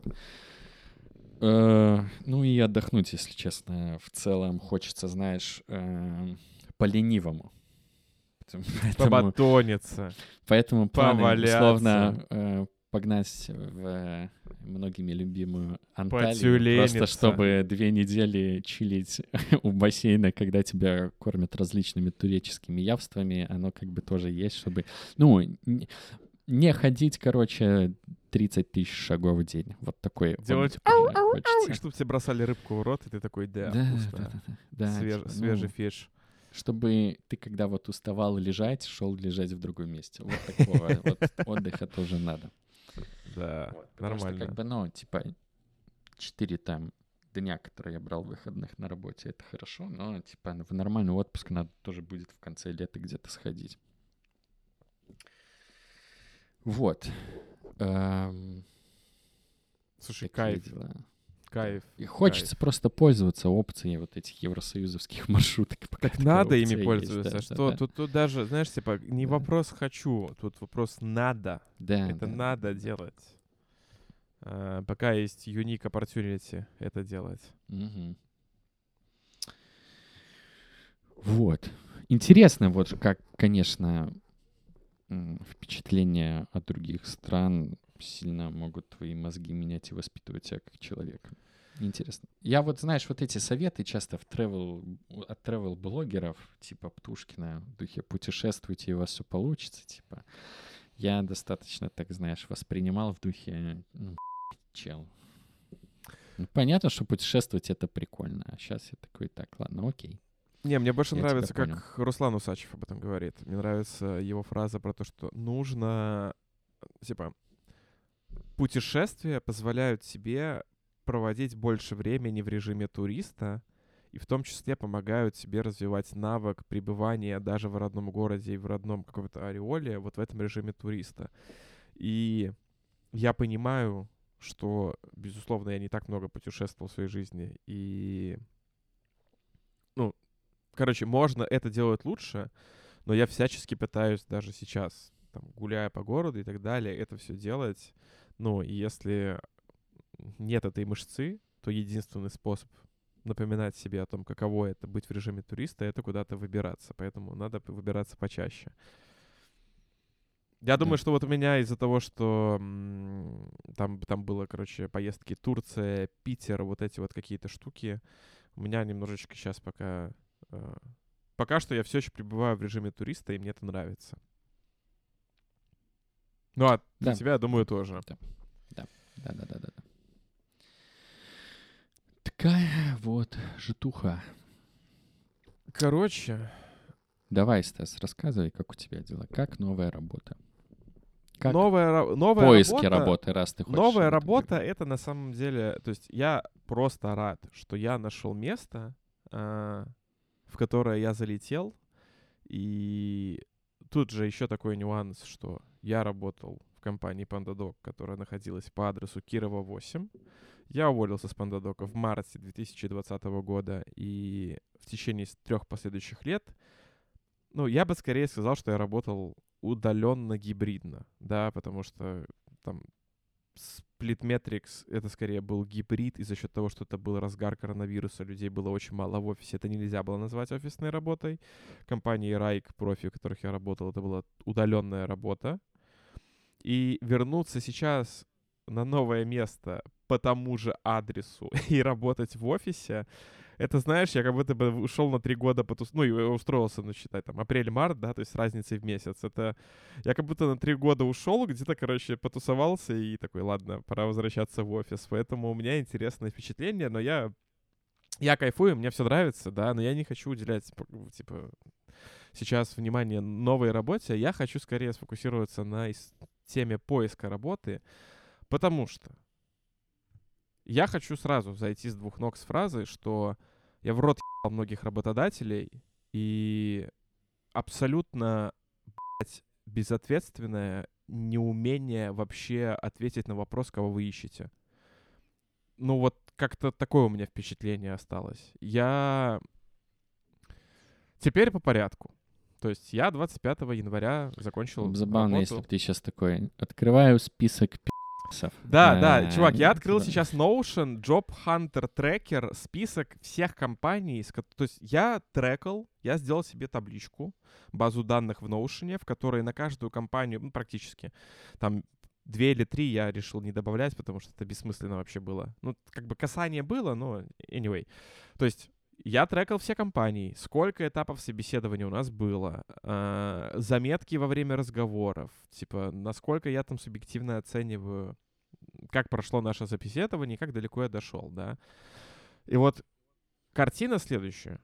Э, Ну и отдохнуть, если честно. В целом хочется, знаешь, э, по-ленивому. Поэтому, Побатониться, поэтому планы поваляться, условно э, погнать в э, многими любимую Анталию, просто потюлениться. чтобы две недели чилить у бассейна, когда тебя кормят различными туреческими явствами, оно как бы тоже есть, чтобы, ну, н- не ходить, короче, тридцать тысяч шагов в день. Вот такой Делать отдых тоже ау-ау-ау, и хочется. чтобы тебе бросали рыбку в рот, и ты такой, да, Да, вкусно. да, да, да. Да, Свеж- типа, свежий ну, фиш. чтобы ты, когда вот уставал лежать, шел лежать в другом месте. Вот такого вот отдыха тоже надо. Да, Вот, потому что нормально. как бы, ну, типа, четыре там дня, которые я брал выходных на работе, это хорошо, но, типа, в нормальный отпуск надо тоже будет в конце лета где-то сходить. Вот. Эм, Слушай, такие кайф, дела. кайф. И хочется кайф. просто пользоваться опцией вот этих евросоюзовских маршруток. пока Так такая надо ими опция есть. пользоваться. Да, Что да, да. тут, тут даже, знаешь, типа, не Да. вопрос хочу, тут вопрос надо. Да, Это да, надо да. делать. А, пока есть unique opportunity это делать. Мгм. Вот. Интересно, вот как, конечно, м, впечатления от других стран сильно могут твои мозги менять и воспитывать тебя как человека. Интересно. Я вот, знаешь, вот эти советы часто в travel, от travel-блогеров, типа Птушкина, в духе «путешествуйте, и у вас все получится», типа, я достаточно, так знаешь, воспринимал в духе «ну, чел». Ну, понятно, что путешествовать — это прикольно, а сейчас я такой, так, ладно, окей. Не, мне больше Я тебя нравится, понял. как Руслан Усачев об этом говорит. Мне нравится его фраза про то, что нужно, типа, путешествия позволяют тебе проводить больше времени в режиме туриста, и в том числе помогают тебе развивать навык пребывания даже в родном городе и в родном каком-то ореоле вот в этом режиме туриста. И я понимаю, что, безусловно, я не так много путешествовал в своей жизни, и, ну, короче, можно это делать лучше, но я всячески пытаюсь даже сейчас, там, гуляя по городу и так далее, это все делать. Ну, и если нет этой мышцы, то единственный способ напоминать себе о том, каково это быть в режиме туриста, это куда-то выбираться. Поэтому надо п- выбираться почаще. Я Да. думаю, что вот у меня из-за того, что м, там, там было, короче, поездки Турция, Питер, вот эти вот какие-то штуки, у меня немножечко сейчас пока э, пока что я все еще пребываю в режиме туриста, и мне это нравится. Ну, а для Да. тебя, я думаю, тоже. Да-да-да-да. Такая вот житуха. Короче, Давай, Стас, рассказывай, как у тебя дела. Как новая работа? Как новая, ра- новая поиски работа, работы, раз ты хочешь новая об этом работа поговорить? это на самом деле, то есть я просто рад, что я нашел место, а, в которое я залетел, и тут же еще такой нюанс, что я работал в компании PandaDoc, которая находилась по адресу Кирова восемь. Я уволился с PandaDoc в марте две тысячи двадцатого года, и в течение трех последующих лет, ну, я бы скорее сказал, что я работал удаленно-гибридно, да, потому что там Splitmetrics — это скорее был гибрид, и за счет того, что это был разгар коронавируса, людей было очень мало в офисе, это нельзя было назвать офисной работой. Компании Райк, профи, в которых я работал, это была удаленная работа. И вернуться сейчас на новое место по тому же адресу и работать в офисе, это, знаешь, я как будто бы ушел на три года потус... Ну, и устроился, ну, считай, там, апрель-март, да, то есть с разницей в месяц. Это я как будто на три года ушел, где-то, короче, потусовался и такой, ладно, пора возвращаться в офис. Поэтому у меня интересное впечатление, но я... Я кайфую, мне все нравится, да, но я не хочу уделять, типа, сейчас внимание новой работе. Я хочу скорее сфокусироваться на ис- теме поиска работы, потому что я хочу сразу зайти с двух ног с фразой, что я в рот ебал многих работодателей, и абсолютно, блядь, безответственное неумение вообще ответить на вопрос, кого вы ищете. Ну вот как-то такое у меня впечатление осталось. Я... Теперь по порядку. То есть я двадцать пятого января закончил Забавно, работу. если бы ты сейчас такой, открываю список пи***сов. Да, да, Э, чувак, я открыл типа, сейчас Notion, Job Hunter Tracker, список всех компаний. с ко- То есть я трекал, я сделал себе табличку, базу данных в Notion, в которой на каждую компанию, ну, практически, там две или три я решил не добавлять, потому что это бессмысленно вообще было. Ну, как бы касание было, но anyway. То есть я трекал все компании, сколько этапов собеседования у нас было, э, заметки во время разговоров, типа, насколько я там субъективно оцениваю, как прошло наше собеседование, как далеко я дошел, да. И вот картина следующая.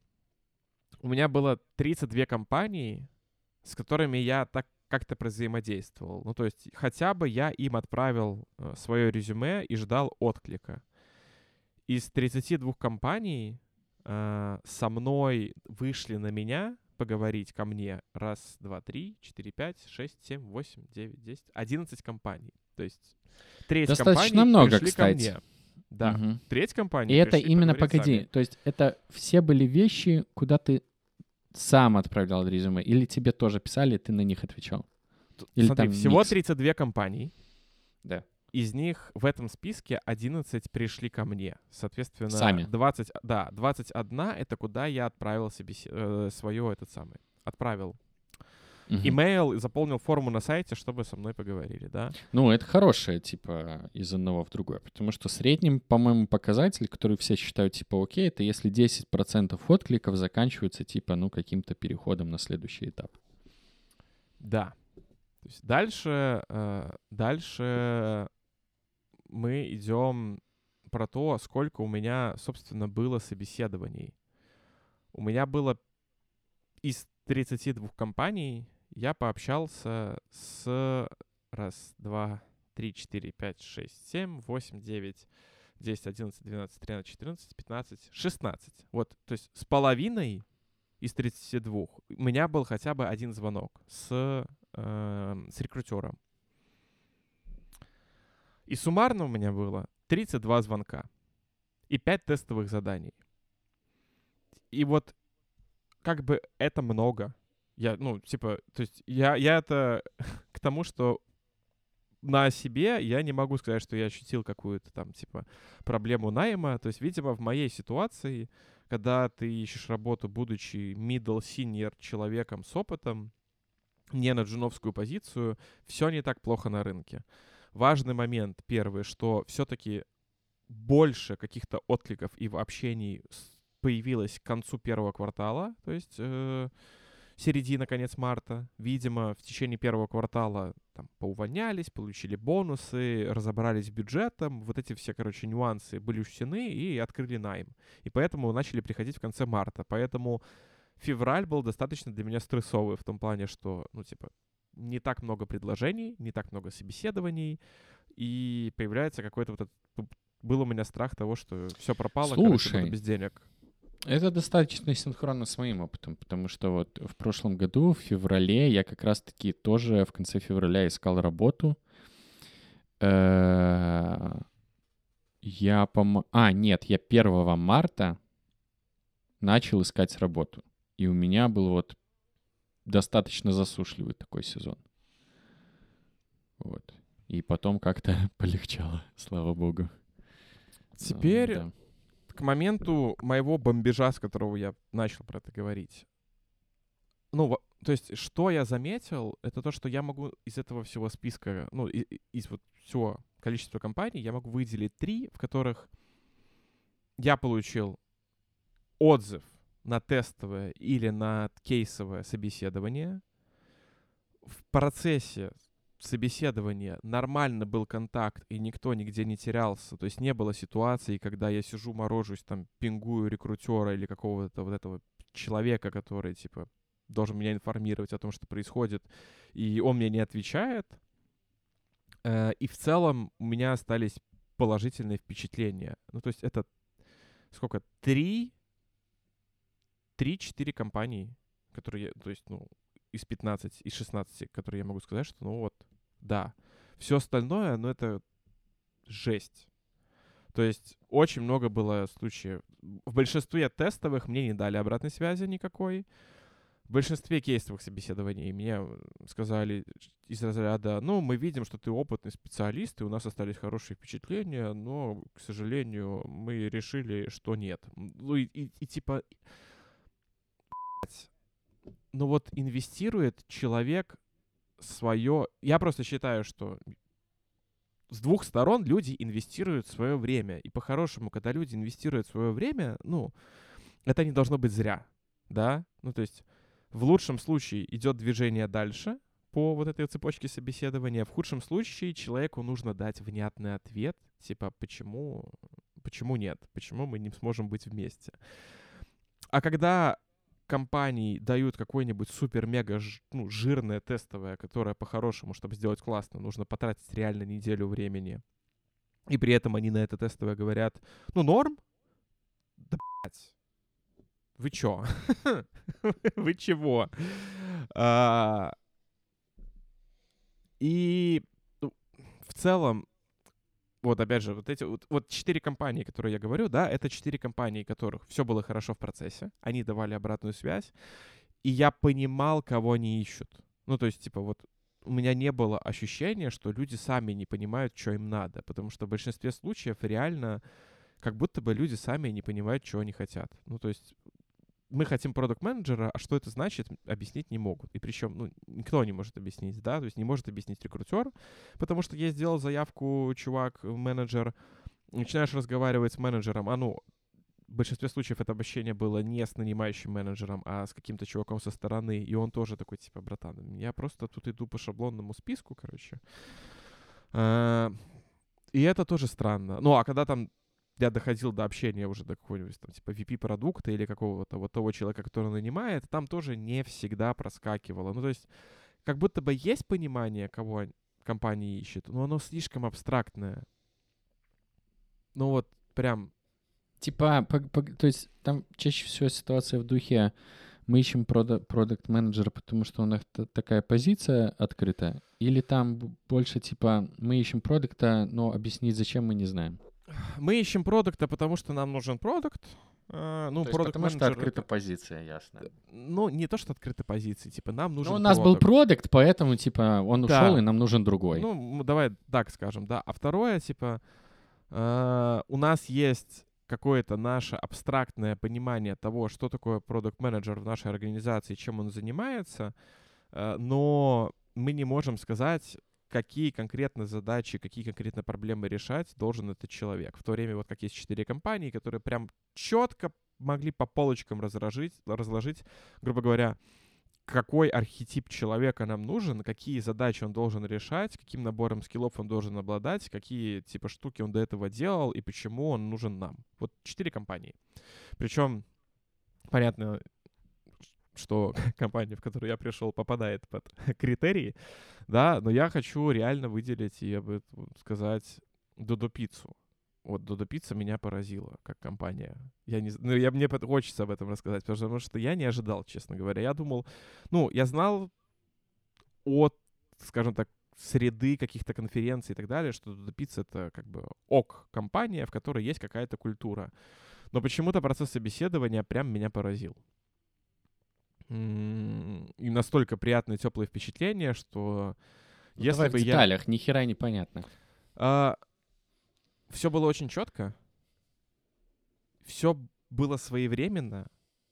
У меня было тридцать две компании, с которыми я так как-то взаимодействовал. Ну, то есть хотя бы я им отправил э, свое резюме и ждал отклика. Из тридцати двух компаний э, со мной вышли на меня поговорить ко мне раз, два, три, четыре, пять, шесть, семь, восемь, девять, десять, одиннадцать компаний. То есть треть Достаточно компаний много, пришли кстати. ко мне. Да, Мгм. треть компаний И это пришли именно, поговорить погоди, сами. то есть это все были вещи, куда ты сам отправлял резюме, или тебе тоже писали, и ты на них отвечал? Т- Или Смотри, там всего микс? тридцать две компании. Да. Из них в этом списке одиннадцать пришли ко мне. Соответственно, Сами. двадцать, да, двадцать один — это куда я отправил себе э, свое этот самый. Отправил Мгм. имейл и заполнил форму на сайте, чтобы со мной поговорили, да. Ну, это хорошее, типа, из одного в другое. Потому что средним, по-моему, показатель, который все считают, типа, окей, это если десять процентов откликов заканчиваются, типа, ну, каким-то переходом на следующий этап. Да. То есть дальше, э, дальше мы идем про то, сколько у меня, собственно, было собеседований. У меня было из тридцати двух компаний, я пообщался с раз, два, три, четыре, пять, шесть, семь, восемь, девять, десять, одиннадцать, двенадцать, тринадцать, четырнадцать, пятнадцать, шестнадцать. Вот, то есть с половиной из тридцати двух у меня был хотя бы один звонок с, э, с рекрутером. И суммарно у меня было тридцать два звонка и пять тестовых заданий. И вот как бы это много. Я, ну, типа, то есть я, я это к тому, что на себе я не могу сказать, что я ощутил какую-то там, типа, проблему найма. То есть, видимо, в моей ситуации, когда ты ищешь работу, будучи middle senior человеком с опытом, не на джуновскую позицию, все не так плохо на рынке. Важный момент, первый, что все-таки больше каких-то откликов и в общении с появилась к концу первого квартала, то есть э, середина, конец марта. Видимо, в течение первого квартала там поувольнялись, получили бонусы, разобрались с бюджетом. Вот эти все, короче, нюансы были учтены и открыли найм. И поэтому начали приходить в конце марта. Поэтому февраль был достаточно для меня стрессовый в том плане, что, ну, типа, не так много предложений, не так много собеседований, и появляется какой-то вот этот... Был у меня страх того, что все пропало, короче, буду без денег. Это достаточно синхронно с моим опытом, потому что вот в прошлом году, в феврале, я как раз-таки тоже в конце февраля искал работу. Я, по... А, нет, я первого марта начал искать работу. И у меня был вот достаточно засушливый такой сезон. Вот. И потом как-то полегчало, слава богу. Теперь... Да. К моменту моего бомбежа, с которого я начал про это говорить, ну, то есть, что я заметил, это то, что я могу из этого всего списка, ну, из, из вот всего количества компаний, я могу выделить три, в которых я получил отзыв на тестовое или на кейсовое собеседование. В процессе собеседования нормально был контакт, и никто нигде не терялся. То есть не было ситуации, когда я сижу, морожусь, там, пингую рекрутера или какого-то вот этого человека, который, типа, должен меня информировать о том, что происходит, и он мне не отвечает. И в целом у меня остались положительные впечатления. Ну, то есть это сколько? Три, три-четыре компании, которые, то есть, ну, из пятнадцати, из шестнадцати, которые я могу сказать, что, ну вот, да. Все остальное, ну, это жесть. То есть очень много было случаев. В большинстве тестовых мне не дали обратной связи никакой. В большинстве кейсовых собеседований мне сказали из разряда, ну, мы видим, что ты опытный специалист, и у нас остались хорошие впечатления, но, к сожалению, мы решили, что нет. Ну, и, и, и типа... Ну вот инвестирует человек свое... Я просто считаю, что с двух сторон люди инвестируют свое время. И по-хорошему, когда люди инвестируют свое время, ну, это не должно быть зря, да? Ну, то есть в лучшем случае идет движение дальше по вот этой цепочке собеседования. В худшем случае человеку нужно дать внятный ответ, типа, почему, почему нет? Почему мы не сможем быть вместе? А когда компании дают какое-нибудь супер-мега ну, жирное тестовое, которое по-хорошему, чтобы сделать классно, нужно потратить реально неделю времени. И при этом они на это тестовое говорят, ну, норм? Да, блядь. Вы чё? Вы чего? И в целом, вот опять же, вот эти вот, вот четыре компании, которые я говорю, да, это четыре компании, которых все было хорошо в процессе, они давали обратную связь, и я понимал, кого они ищут. Ну, то есть, типа, вот у меня не было ощущения, что люди сами не понимают, что им надо, потому что в большинстве случаев реально как будто бы люди сами не понимают, чего они хотят. Ну, то есть мы хотим продакт-менеджера, а что это значит, объяснить не могут. И причем, ну, никто не может объяснить, да, то есть не может объяснить рекрутер, потому что я сделал заявку, чувак, менеджер, начинаешь разговаривать с менеджером, а ну, в большинстве случаев это обращение было не с нанимающим менеджером, а с каким-то чуваком со стороны, и он тоже такой, типа, братан, я просто тут иду по шаблонному списку, короче. И это тоже странно. Ну, а когда там я доходил до общения уже до какого-нибудь там типа ви пи продукта или какого-то вот того человека, который нанимает, там тоже не всегда проскакивало. Ну, то есть как будто бы есть понимание, кого компания ищет, но оно слишком абстрактное. Ну вот прям... Типа, по, по, то есть там чаще всего ситуация в духе мы ищем продакт-менеджера, потому что у нас такая позиция открытая, или там больше типа мы ищем продукта, но объяснить зачем мы не знаем? Мы ищем продукта, потому что нам нужен продукт. Uh, ну, то есть потому что открыта позиция, ясно. Ну, не то, что открыта позиция, типа, нам нужен Ну, у нас продукт. был продукт, поэтому, типа, он да. ушел, и нам нужен другой. Ну, давай так скажем, да. А второе, типа, uh, у нас есть какое-то наше абстрактное понимание того, что такое продакт-менеджер в нашей организации, чем он занимается, uh, но мы не можем сказать, какие конкретно задачи, какие конкретно проблемы решать должен этот человек. В то время вот как есть четыре компании, которые прям четко могли по полочкам разложить, разложить, грубо говоря, какой архетип человека нам нужен, какие задачи он должен решать, каким набором скиллов он должен обладать, какие типа штуки он до этого делал и почему он нужен нам. Вот четыре компании. Причем, понятно, что компания, в которую я пришел, попадает под критерии, да, но я хочу реально выделить, я бы сказать, Додо Пиццу. Вот Додо Пицца меня поразила как компания. Я не, ну, я, мне хочется об этом рассказать, потому что я не ожидал, честно говоря. Я думал, ну, я знал от, скажем так, среды каких-то конференций и так далее, что Додо Пицца — это как бы ок-компания, в которой есть какая-то культура. Но почему-то процесс собеседования прям меня поразил. И настолько приятное, теплое впечатление, что ну, если давай бы в деталях, я... ни хера непонятно. А, все было очень четко, все было своевременно,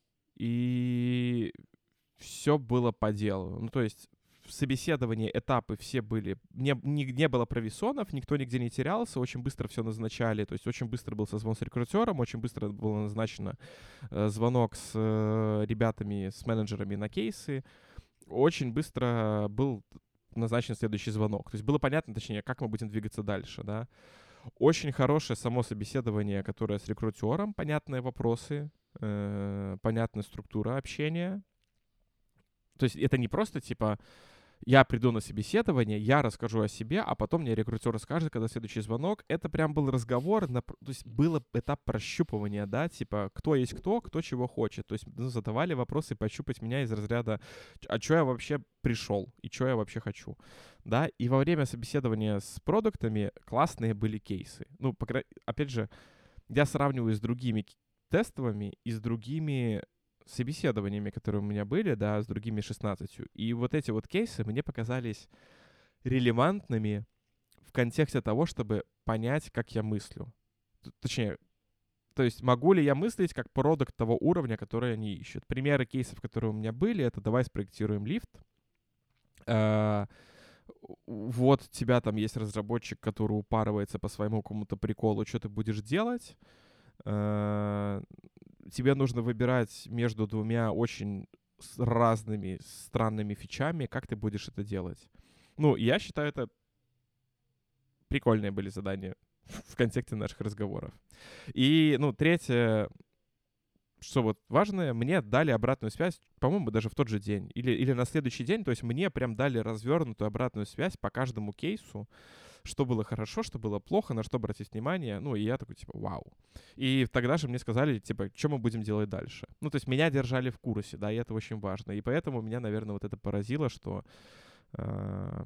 и все было по делу. Ну, то есть в собеседовании этапы все были... Не, не, не было провисонов, никто нигде не терялся, очень быстро все назначали. То есть очень быстро был созвон с рекрутером, очень быстро было назначено э, звонок с э, ребятами, с менеджерами на кейсы. Очень быстро был назначен следующий звонок. То есть было понятно, точнее, как мы будем двигаться дальше, да. Очень хорошее само собеседование, которое с рекрутером, понятные вопросы, э, понятная структура общения. То есть это не просто типа я приду на собеседование, я расскажу о себе, а потом мне рекрутер расскажет, когда следующий звонок. Это прям был разговор, на, то есть был этап прощупывания, да, типа кто есть кто, кто чего хочет. То есть ну, задавали вопросы пощупать меня из разряда, а что я вообще пришел и что я вообще хочу, да. И во время собеседования с продуктами классные были кейсы. Ну, по, опять же, я сравниваю с другими тестовыми и с другими собеседованиями, которые у меня были, да, с другими шестнадцатью. И вот эти вот кейсы мне показались релевантными в контексте того, чтобы понять, как я мыслю. Точнее, то есть могу ли я мыслить как продукт того уровня, который они ищут. Примеры кейсов, которые у меня были, это давай спроектируем лифт. А, вот у тебя там есть разработчик, который упарывается по своему какому-то приколу, что ты будешь делать. А, тебе нужно выбирать между двумя очень разными странными фичами, как ты будешь это делать. Ну, я считаю, это прикольные были задания в контексте наших разговоров. И, ну, третье, что вот важное, мне дали обратную связь, по-моему, даже в тот же день или, или на следующий день, то есть мне прям дали развернутую обратную связь по каждому кейсу, что было хорошо, что было плохо, на что обратить внимание. Ну, и я такой, типа, вау. И тогда же мне сказали, типа, что мы будем делать дальше. Ну, то есть меня держали в курсе, да, и это очень важно. И поэтому меня, наверное, вот это поразило, что э,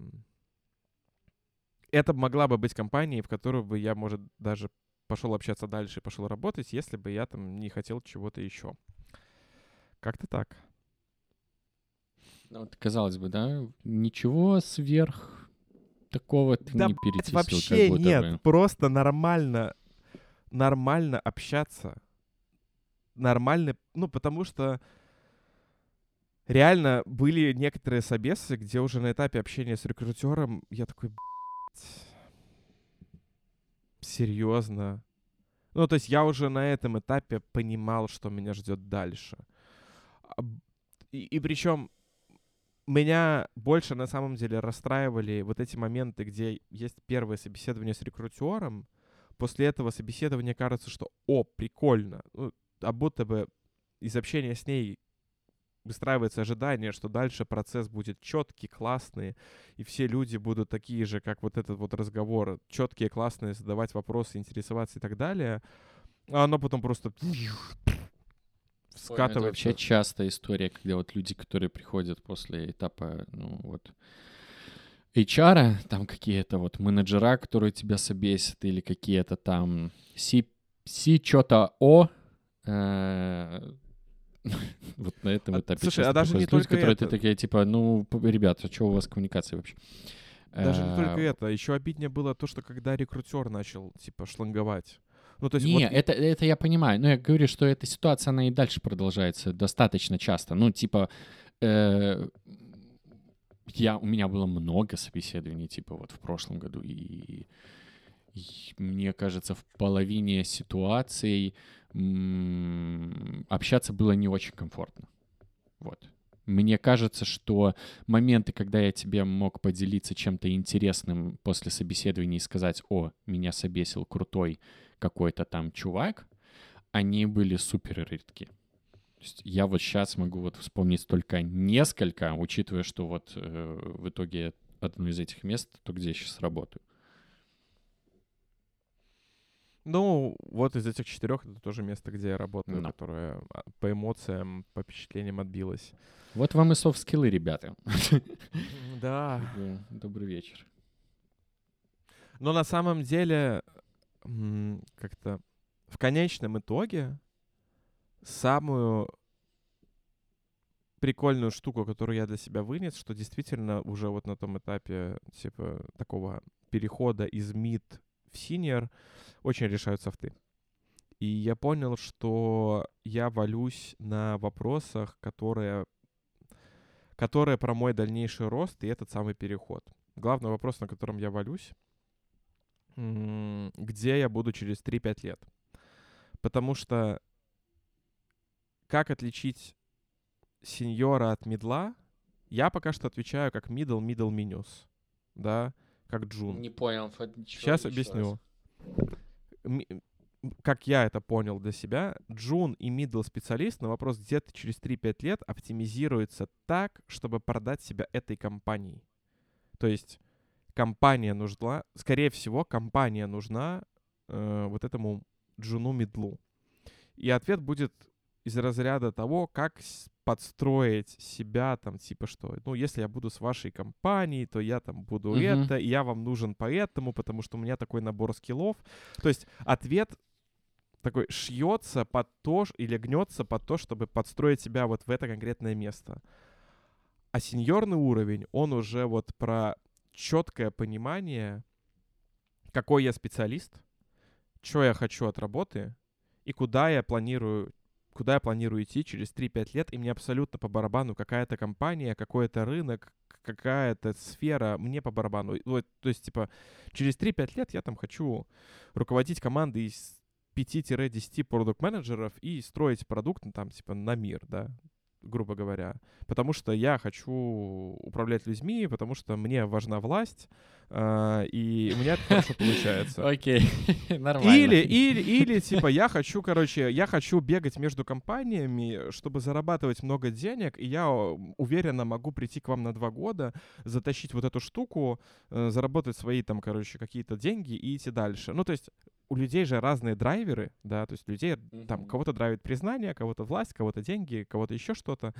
это могла бы быть компанией, в которую бы я, может, даже пошел общаться дальше и пошел работать, если бы я там не хотел чего-то еще. Как-то так. Ну, вот, казалось бы, да, ничего сверх... Такого ты да, не перечислил, вообще как будто нет, бы. просто нормально, нормально общаться, нормально, ну, потому что реально были некоторые собесы, где уже на этапе общения с рекрутером я такой, серьезно? Ну, то есть я уже на этом этапе понимал, что меня ждет дальше. И, и причем меня больше на самом деле расстраивали вот эти моменты, где есть первое собеседование с рекрутером. После этого собеседования кажется, что «О, прикольно!» ну, а будто бы из общения с ней выстраивается ожидание, что дальше процесс будет четкий, классный, и все люди будут такие же, как вот этот вот разговор, четкие, классные, задавать вопросы, интересоваться и так далее. А оно потом просто... скатывается. Это вообще частая история, когда вот люди, которые приходят после этапа, ну вот, эйч ар, там какие-то вот менеджера, которые тебя собесят, или какие-то там C, C что-то О, э, вот на этом этапе. Слушай, а даже не люди, только которые это. ты такие, типа, ну, ребята, что у вас коммуникация вообще? Даже не только это. Еще обиднее было то, что когда рекрутер начал, типа, шланговать. Ну, то есть не, вот... это, это я понимаю. Но я говорю, что эта ситуация, она и дальше продолжается достаточно часто. Ну, типа, э, я, у меня было много собеседований, типа, вот в прошлом году, и, и мне кажется, в половине ситуаций м, общаться было не очень комфортно. Вот. Мне кажется, что моменты, когда я тебе мог поделиться чем-то интересным после собеседования и сказать: «О, меня собесил крутой какой-то там чувак», они были супер редки. То есть я вот сейчас могу вот вспомнить только несколько, учитывая, что вот э, в итоге одно из этих мест, то, где я сейчас работаю. Ну, вот из этих четырех это тоже место, где я работаю, No. которое а, по эмоциям, по впечатлениям отбилось. Вот вам и софт-скиллы, ребята. Да. Добрый вечер. Но на самом деле, как-то в конечном итоге самую прикольную штуку, которую я для себя вынес, что действительно уже вот на том этапе типа такого перехода из мид в senior очень решают софты. И я понял, что я валюсь на вопросах, которые, которые про мой дальнейший рост и этот самый переход. Главный вопрос, на котором я валюсь, где я буду через три-пять лет. Потому что как отличить сеньора от мидла, я пока что отвечаю как middle, middle minus, да, как джун. Не понял. Сейчас объясню. Ми- как я это понял для себя, джун и middle специалист на вопрос где-то через три-пять лет оптимизируется так, чтобы продать себя этой компании. То есть компания нужна, скорее всего, компания нужна э, вот этому джуну-мидлу. И ответ будет из разряда того, как подстроить себя там, типа что, ну, если я буду с вашей компанией, то я там буду uh-huh. это, и я вам нужен поэтому, потому что у меня такой набор скиллов. То есть ответ такой шьется под то, или гнется под то, чтобы подстроить себя вот в это конкретное место. А сеньорный уровень, он уже вот про четкое понимание, какой я специалист, что я хочу от работы и куда я планирую куда я планирую идти через три-пять лет, и мне абсолютно по барабану какая-то компания, какой-то рынок, какая-то сфера, мне по барабану. Вот, то есть, типа, через три-пять лет я там хочу руководить командой из пяти-десяти продукт-менеджеров и строить продукт, ну, там, типа, на мир, да, грубо говоря. Потому что я хочу управлять людьми, потому что мне важна власть, э, и у меня это хорошо получается. Окей, нормально. Или, или, или, типа, я хочу, короче, я хочу бегать между компаниями, чтобы зарабатывать много денег, и я уверенно могу прийти к вам на два года, затащить вот эту штуку, э, заработать свои там, короче, какие-то деньги и идти дальше. Ну, то есть у людей же разные драйверы, да, то есть людей, mm-hmm. там, кого-то драйвит признание, кого-то власть, кого-то деньги, кого-то еще что-то.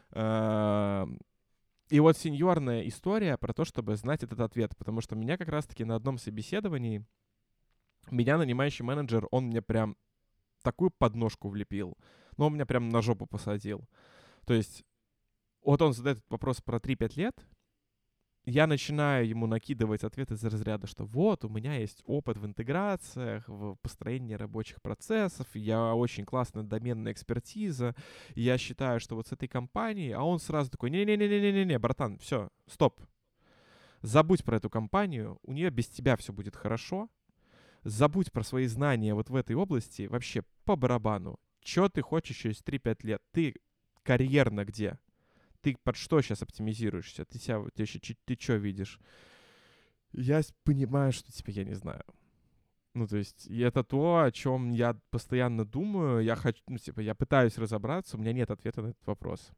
И вот сеньорная история про то, чтобы знать этот ответ, потому что меня как раз-таки на одном собеседовании меня нанимающий менеджер, он мне прям такую подножку влепил, но он меня прям на жопу посадил. То есть вот он задает вопрос про три-пять лет, я начинаю ему накидывать ответы из разряда, что вот, у меня есть опыт в интеграциях, в построении рабочих процессов, я очень классная доменная экспертиза, я считаю, что вот с этой компанией, а он сразу такой, не-не-не-не-не-не, братан, все, стоп, забудь про эту компанию, у нее без тебя все будет хорошо, забудь про свои знания вот в этой области, вообще по барабану, что ты хочешь через три-пять лет, ты карьерно где? Ты под что сейчас оптимизируешься? Ты себя, ты, ты, ты что видишь? Я понимаю, что типа я не знаю. Ну, то есть, и это то, о чем я постоянно думаю. Я хочу, ну, типа, я пытаюсь разобраться, у меня нет ответа на этот вопрос.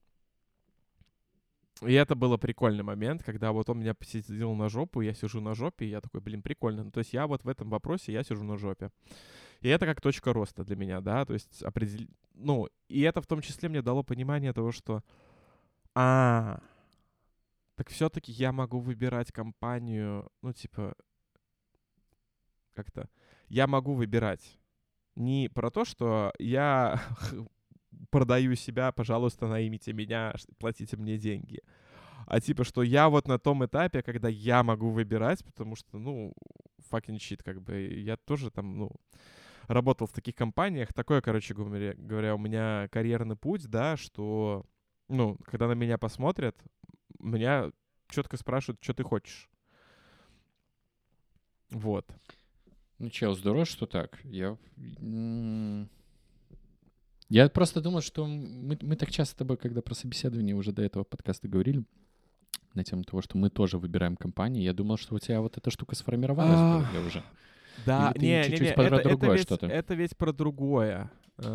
И это был прикольный момент, когда вот он меня посадил на жопу, я сижу на жопе, и я такой, блин, прикольно. Ну, то есть я вот в этом вопросе, я сижу на жопе. И это как точка роста для меня, да, то есть определ... Ну, и это в том числе мне дало понимание того, что А, так все-таки я могу выбирать компанию, ну, типа, как-то, я могу выбирать не про то, что я продаю себя, пожалуйста, наймите меня, платите мне деньги, а типа, что я вот на том этапе, когда я могу выбирать, потому что, ну, fucking shit, как бы, я тоже там, ну, работал в таких компаниях, такое, короче говоря, у меня карьерный путь, да, что... Ну, когда на меня посмотрят, меня четко спрашивают, что ты хочешь. Вот. Ну, чел, здорово, что так. Я... Я просто думал, что мы, мы так часто с тобой, когда про собеседование уже до этого подкаста говорили, на тему того, что мы тоже выбираем компании, я думал, что у тебя вот эта штука сформировалась в голове уже. Да, Или ты не, чуть-чуть не, не, про это, это, другое ведь, что-то? это ведь про другое.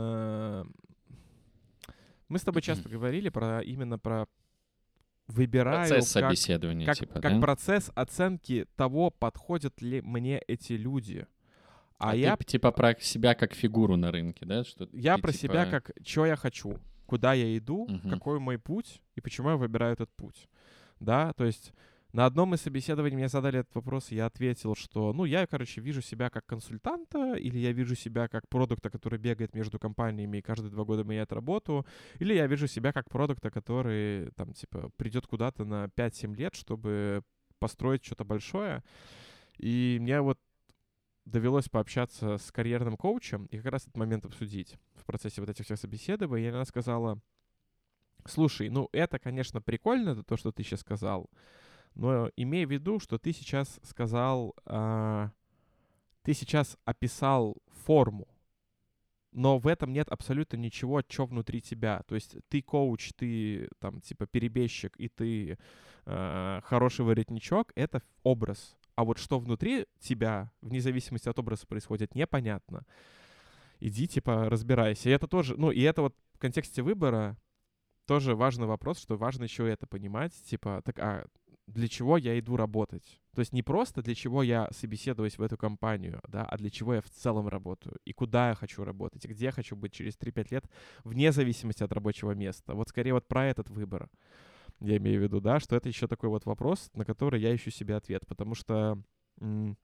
Мы с тобой часто говорили про именно про выбираю Процесс как, собеседования, как, типа, как да? процесс оценки того, подходят ли мне эти люди. А, А я, ты типа про себя как фигуру на рынке, да? Что я ты, про типа... себя как, что я хочу, куда я иду, Мгм. какой мой путь и почему я выбираю этот путь. Да, то есть на одном из собеседований мне задали этот вопрос, и я ответил, что, ну, я, короче, вижу себя как консультанта, или я вижу себя как продукта, который бегает между компаниями и каждые два года меняет работу, или я вижу себя как продукта, который, там, типа, придет куда-то на пять-семь лет, чтобы построить что-то большое. И мне вот довелось пообщаться с карьерным коучем и как раз этот момент обсудить в процессе вот этих всех собеседований, и она сказала: слушай, ну, это, конечно, прикольно, то, что ты сейчас сказал, но имей в виду, что ты сейчас сказал, а, ты сейчас описал форму, но в этом нет абсолютно ничего, что внутри тебя. То есть ты коуч, ты там типа перебежчик, и ты а, хороший воротничок — это образ. А вот что внутри тебя, вне зависимости от образа, происходит, непонятно. Иди, типа, разбирайся. И это тоже, ну, и это вот в контексте выбора тоже важный вопрос, что важно еще это понимать, типа, так, а для чего я иду работать? То есть не просто для чего я собеседуюсь в эту компанию, да, а для чего я в целом работаю, и куда я хочу работать, и где я хочу быть через три-пять лет, вне зависимости от рабочего места. Вот скорее вот про этот выбор я имею в виду, да, что это еще такой вот вопрос, на который я ищу себе ответ, потому что, м-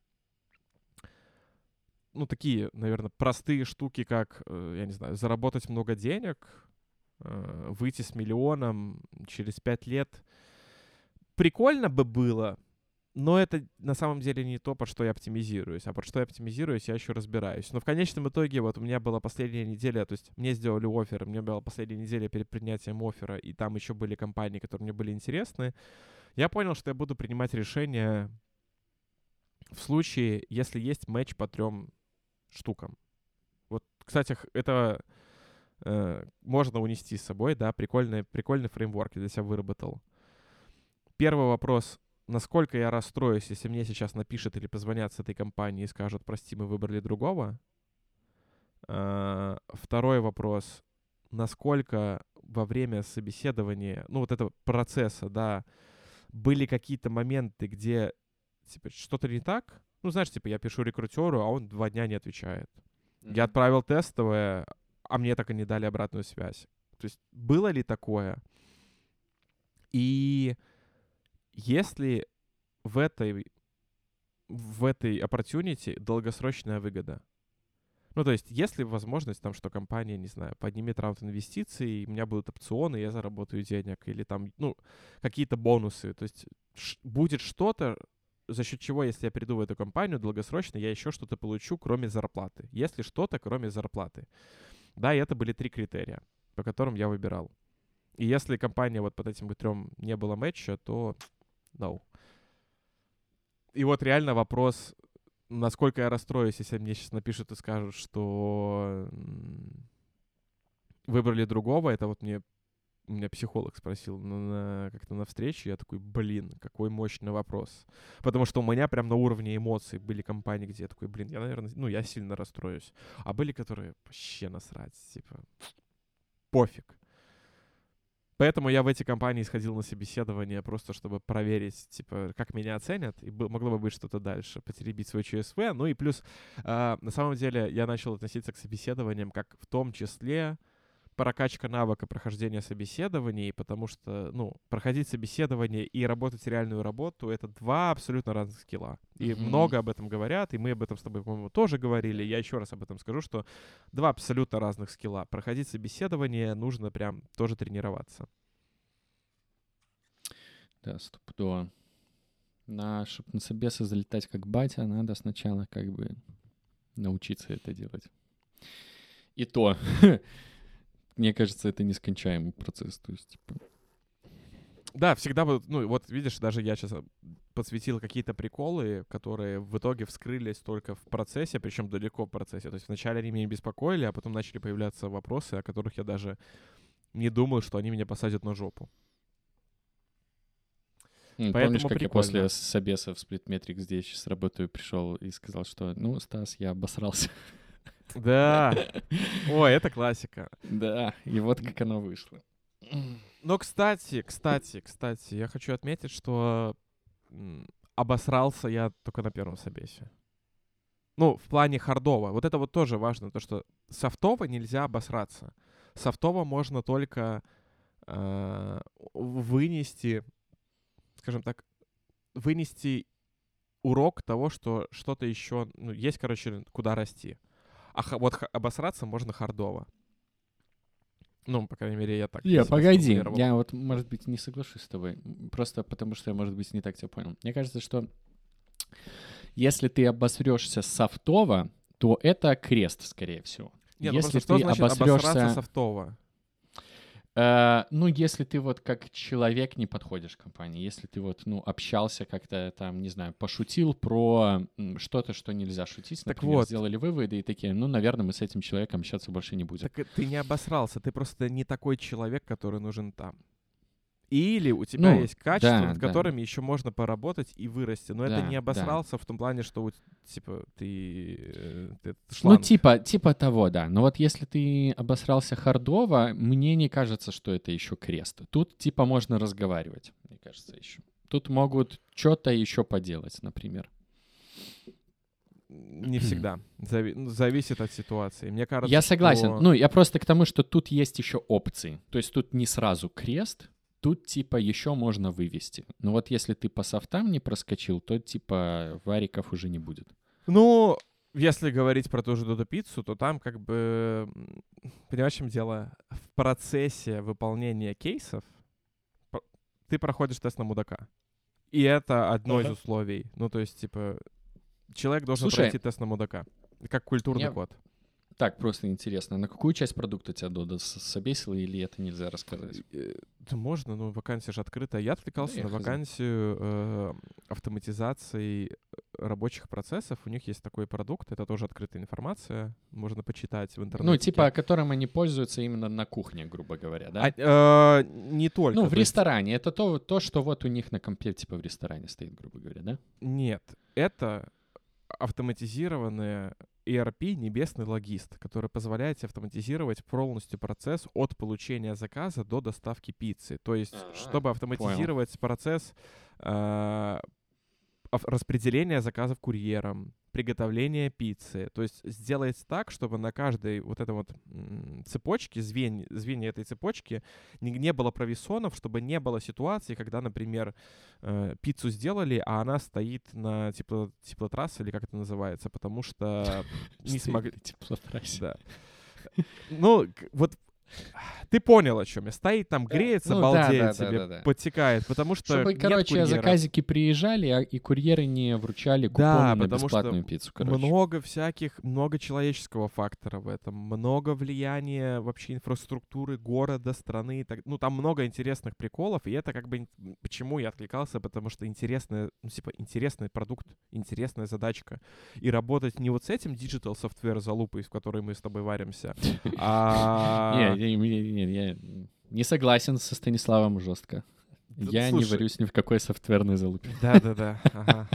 ну, такие, наверное, простые штуки, как, э, я не знаю, заработать много денег, э, выйти с миллионом через пять лет, прикольно бы было, но это на самом деле не то, под что я оптимизируюсь. А под что я оптимизируюсь, я еще разбираюсь. Но в конечном итоге вот у меня была последняя неделя, то есть мне сделали оффер, у меня была последняя неделя перед принятием оффера, и там еще были компании, которые мне были интересны. Я понял, что я буду принимать решение в случае, если есть матч по трем штукам. Вот, кстати, х- это э, можно унести с собой, да, прикольный, прикольный фреймворк я для себя выработал. Первый вопрос: насколько я расстроюсь, если мне сейчас напишут или позвонят с этой компании и скажут: прости, мы выбрали другого. А, Второй вопрос: насколько во время собеседования, ну вот этого процесса, да, были какие-то моменты, где типа что-то не так? Ну, знаешь, типа я пишу рекрутеру, а он два дня не отвечает. Я отправил тестовое, а мне так и не дали обратную связь. То есть было ли такое? И если в этой в этой opportunity долгосрочная выгода. Ну, то есть, если возможность там, что компания, не знаю, поднимет раунд инвестиций, у меня будут опционы, я заработаю денег, или там, ну, какие-то бонусы. То есть ш- будет что-то, за счет чего, если я приду в эту компанию долгосрочно, я еще что-то получу, кроме зарплаты. Если что-то, кроме зарплаты. Да, и это были три критерия, по которым я выбирал. И если компания вот под этим трем не было матча, то no. И вот реально вопрос, насколько я расстроюсь, если мне сейчас напишут и скажут, что м, выбрали другого. Это вот мне у меня психолог спросил на, на- как-то на встрече. Я такой: блин, какой мощный вопрос. Потому что у меня прям на уровне эмоций были компании, где я такой: блин, я, наверное, ну, я сильно расстроюсь. А были, которые вообще насрать, типа, пофиг. Поэтому я в эти компании сходил на собеседование просто, чтобы проверить, типа, как меня оценят, и бы- могло бы быть что-то дальше, потеребить свой ЧСВ. Ну и плюс, а, на самом деле, я начал относиться к собеседованиям как в том числе прокачка навыка прохождения собеседований, потому что, ну, проходить собеседование и работать реальную работу — это два абсолютно разных скилла. И Мгм. много об этом говорят, и мы об этом с тобой, по-моему, тоже говорили. Я еще раз об этом скажу, что два абсолютно разных скилла. Проходить собеседование нужно прям тоже тренироваться. Да, стопудово. На, чтоб на собесы залетать как батя, надо сначала как бы научиться это делать. И то, мне кажется, это нескончаемый процесс. То есть, типа, Да, всегда будут, ну, вот видишь, даже я сейчас подсветил какие-то приколы, которые в итоге вскрылись только в процессе, причем далеко в процессе. То есть вначале они меня беспокоили, а потом начали появляться вопросы, о которых я даже не думал, что они меня посадят на жопу. Mm, помнишь, как прикольно. Я после собеса в Splitmetrics десять сейчас работаю, пришел и сказал, что, ну, Стас, я обосрался. Да. Ой, это классика. Да, и вот как оно вышло. Но, кстати, кстати, кстати, я хочу отметить, что обосрался я только на первом собесе. Ну, в плане хардово. Вот это вот тоже важно, то, что софтово нельзя обосраться. Софтово можно только э, вынести, скажем так, вынести урок того, что что-то еще, ну, есть, короче, куда расти. А х- вот х- обосраться можно хардово. Ну, по крайней мере, я так... Не, погоди, я вот, может быть, не соглашусь с тобой. Просто потому что я, может быть, не так тебя понял. Мне кажется, что если ты обосрешься софтово, то это крест, скорее всего. Нет, если ну что ты значит обосрешься... обосраться софтово? Uh, ну, если ты вот как человек не подходишь к компании, если ты вот, ну, общался как-то там, не знаю, пошутил про что-то, что нельзя шутить, так например, вот. сделали выводы и такие, ну, наверное, мы с этим человеком общаться больше не будем. Так ты не обосрался, ты просто не такой человек, который нужен там. Или у тебя ну, есть качества, да, над да. которыми еще можно поработать и вырасти. Но да, это не обосрался да. в том плане, что, типа, ты, ты шланг. Ну, типа, типа того, да. Но вот если ты обосрался хардово, мне не кажется, что это еще крест. Тут, типа, можно разговаривать, мне кажется, еще. Тут могут что-то еще поделать, например. Не всегда. Зави- зависит от ситуации. Мне кажется, я согласен. что... Ну, я просто к тому, что тут есть еще опции. То есть тут не сразу крест, тут, типа, еще можно вывести. Но вот если ты по софтам не проскочил, то, типа, вариков уже не будет. Ну, если говорить про ту же Додо Пиццу, то там, как бы, понимаешь, в чем дело? В процессе выполнения кейсов ты проходишь тест на мудака. И это одно uh-huh. из условий. Ну, то есть, типа, человек должен Слушай, пройти тест на мудака. Как культурный я... код. Так, просто интересно, на какую часть продукта тебя Додо собесила, или это нельзя рассказать? Это можно, но вакансия же открытая. Я отвлекался да, на вакансию э, автоматизации рабочих процессов. У них есть такой продукт, это тоже открытая информация, можно почитать в интернете. Ну, типа, которым они пользуются именно на кухне, грубо говоря, да? А, э, не только. Ну, в то ресторане. Есть... Это то, то, что вот у них на компе, типа, в ресторане стоит, грубо говоря, да? Нет, это автоматизированная и эр пи «Небесный логист», который позволяет тебе автоматизировать полностью процесс от получения заказа до доставки пиццы. То есть, А-а-а, чтобы автоматизировать понял. процесс э, распределения заказов курьером, приготовления пиццы. То есть сделать так, чтобы на каждой вот этой вот м, цепочке, звень, звенья этой цепочки не, не было провисонов, чтобы не было ситуации, когда, например, э, пиццу сделали, а она стоит на тепло, теплотрассе, или как это называется, потому что не смогли... Теплотрассе. Да. Ну, вот ты понял, о чем я. Стоит там, греется, ну, балдеет да, да, себе, да, да, да. подтекает, потому что Чтобы, нет короче, курьера. заказики приезжали, а и курьеры не вручали купоны да, на потому бесплатную что пиццу, короче. много всяких, много человеческого фактора в этом, много влияния вообще инфраструктуры города, страны. Так, ну, там много интересных приколов, и это как бы... Почему я откликался? Потому что интересный, ну, типа, интересный продукт, интересная задачка. И работать не вот с этим digital software залупой, в которой мы с тобой варимся, а... Не, не, я не согласен со Станиславом жестко. Я не варюсь ни в какой софтверной залупе. Да-да-да, ага.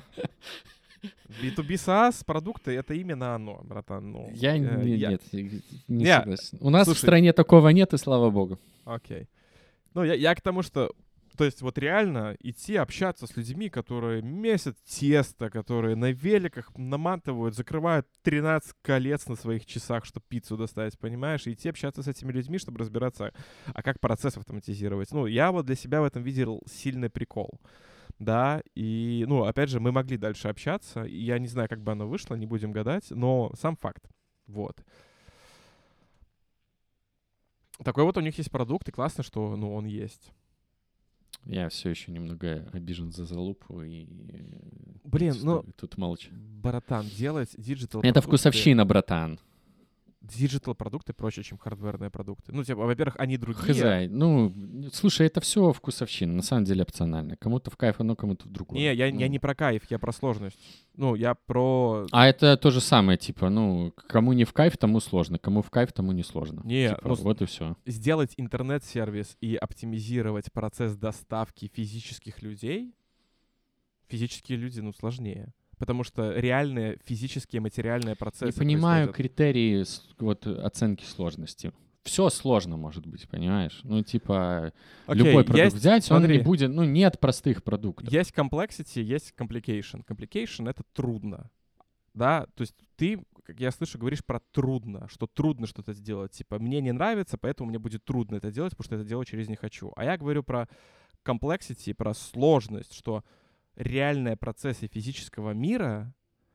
би ту би SaaS продукты — это именно оно, братан. Ну, я, э, не, я нет, не не, согласен. У нас слушай, в стране такого нет, и слава богу. Окей. Ну, я, я к тому, что... То есть вот реально идти общаться с людьми, которые месяц тесто, которые на великах наматывают, закрывают тринадцать колец на своих часах, чтобы пиццу доставить, понимаешь? И идти общаться с этими людьми, чтобы разбираться, а как процесс автоматизировать. Ну, я вот для себя в этом видел сильный прикол. Да, и, ну, опять же, мы могли дальше общаться. И я не знаю, как бы оно вышло, не будем гадать, но сам факт. Вот. Такой вот у них есть продукт, и классно, что, ну, он есть. Я все еще немного обижен за залупу и... Блин, ну... Тут молча. Братан, делать диджитал... Это вкусовщина, братан. диджитал-продукты проще, чем хардверные продукты. Ну, типа, во-первых, они другие. Хз. Ну, слушай, это все вкусовщина, на самом деле опционально. Кому-то в кайф одно, кому-то в другое. Не, я, ну. я не про кайф, я про сложность. Ну, я про... А это то же самое, типа, ну, кому не в кайф, тому сложно, кому в кайф, тому не сложно. Не, типа, ну, вот и все. Сделать интернет-сервис и оптимизировать процесс доставки физических людей, физические люди, ну, сложнее. Потому что реальные физические материальные процессы Не понимаю происходят. критерии вот, оценки сложности. Все сложно может быть, понимаешь? Ну, типа, Окей, любой продукт есть, взять, смотри, он не будет... Ну, нет простых продуктов. Есть complexity, есть complication. Complication — это трудно. Да? То есть ты, как я слышу, говоришь про трудно, что трудно что-то сделать. Типа, мне не нравится, поэтому мне будет трудно это делать, потому что это делать через не хочу. А я говорю про complexity, про сложность, что реальные процессы физического мира,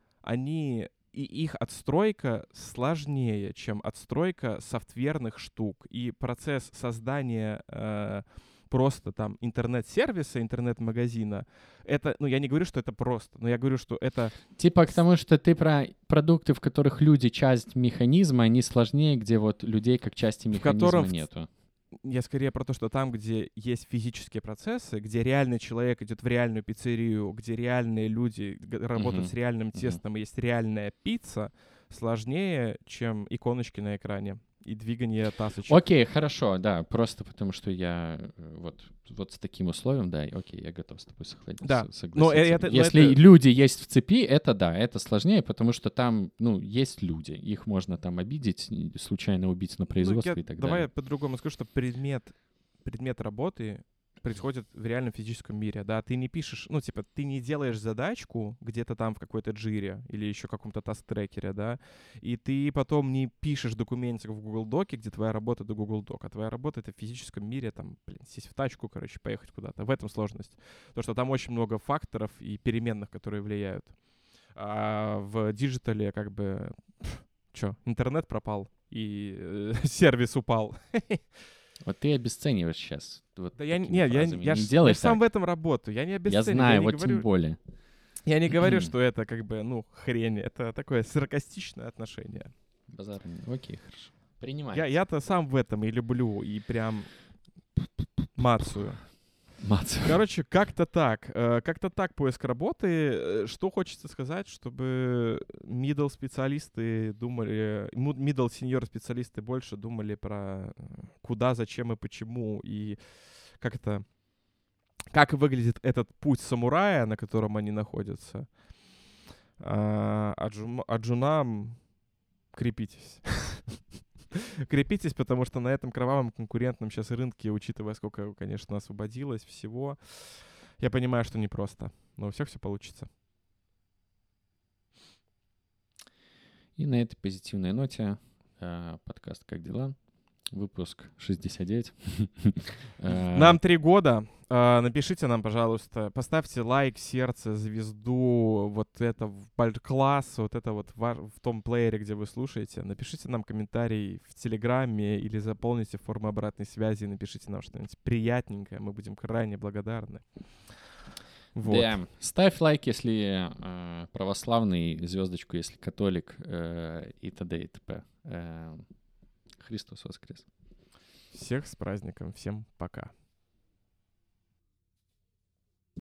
они и их отстройка сложнее, чем отстройка софтверных штук. И процесс создания э, просто там интернет-сервиса, интернет-магазина, это, ну, я не говорю, что это просто, но я говорю, что это... Типа к тому, что ты про продукты, в которых люди часть механизма, они сложнее, где вот людей как части механизма котором в- нету. Я скорее про то, что там, где есть физические процессы, где реальный человек идет в реальную пиццерию, где реальные люди г- работают Мгм. с реальным Мгм. тестом, и есть реальная пицца, сложнее, чем иконочки на экране и двигание тасочек. Окей, хорошо, да, просто потому что я э, вот, вот с таким условием, да, окей, я готов с тобой согласиться. Да, согласиться. но э- это- но Если это- люди есть в цепи, это да, это сложнее, потому что там, ну, есть люди, их можно там обидеть, и случайно убить на Ну, производстве я- и так давай далее. я по-другому скажу, что предмет, предмет работы происходит в реальном физическом мире, да, ты не пишешь, ну, типа, ты не делаешь задачку где-то там в какой-то джире или еще каком-то таст-трекере, да, и ты потом не пишешь документик в Google Доке, где твоя работа до Google Док, а твоя работа — это в физическом мире, там, блин, сесть в тачку, короче, поехать куда-то. В этом сложность. Потому что там очень много факторов и переменных, которые влияют. А в диджитале как бы, что, интернет пропал и э, сервис упал. Вот ты обесцениваешь сейчас. Вот Да я не, такими нет, я, фразами. я, не ж- делай я ж сам так. в этом работаю, я не Я обесцениваю. знаю, я не вот говорю, тем более. Я не говорю, что это как бы, ну, хрень, это такое саркастичное отношение. Базар. не- Окей, хорошо. Принимай. Я, я-то сам в этом и люблю, и прям мацаю. Мац. Короче, как-то так. Э, Как-то так поиск работы. Э, Что хочется сказать, чтобы middle специалисты думали, му- middle senior специалисты больше думали про э, куда, зачем и почему, и как это, как выглядит этот путь самурая, на котором они находятся. А, а джум- а джунам крепитесь. Крепитесь, потому что на этом кровавом конкурентном сейчас рынке, учитывая, сколько, конечно, освободилось всего, я понимаю, что непросто. Но у всех все получится. И на этой позитивной ноте э, подкаст «Как дела?» Выпуск шестьдесят девять. Э, Нам три года. А, Напишите нам, пожалуйста, поставьте лайк, сердце, звезду, вот это в баль- класс, вот это вот ва- в том плеере, где вы слушаете. Напишите нам комментарий в Телеграме или заполните форму обратной связи, напишите нам что-нибудь приятненькое, мы будем крайне благодарны. Вот. Да. Ставь лайк, если э, православный, звездочку, если католик, э, и т.д. и т.п. Э, Христос воскрес. Всех с праздником, всем пока.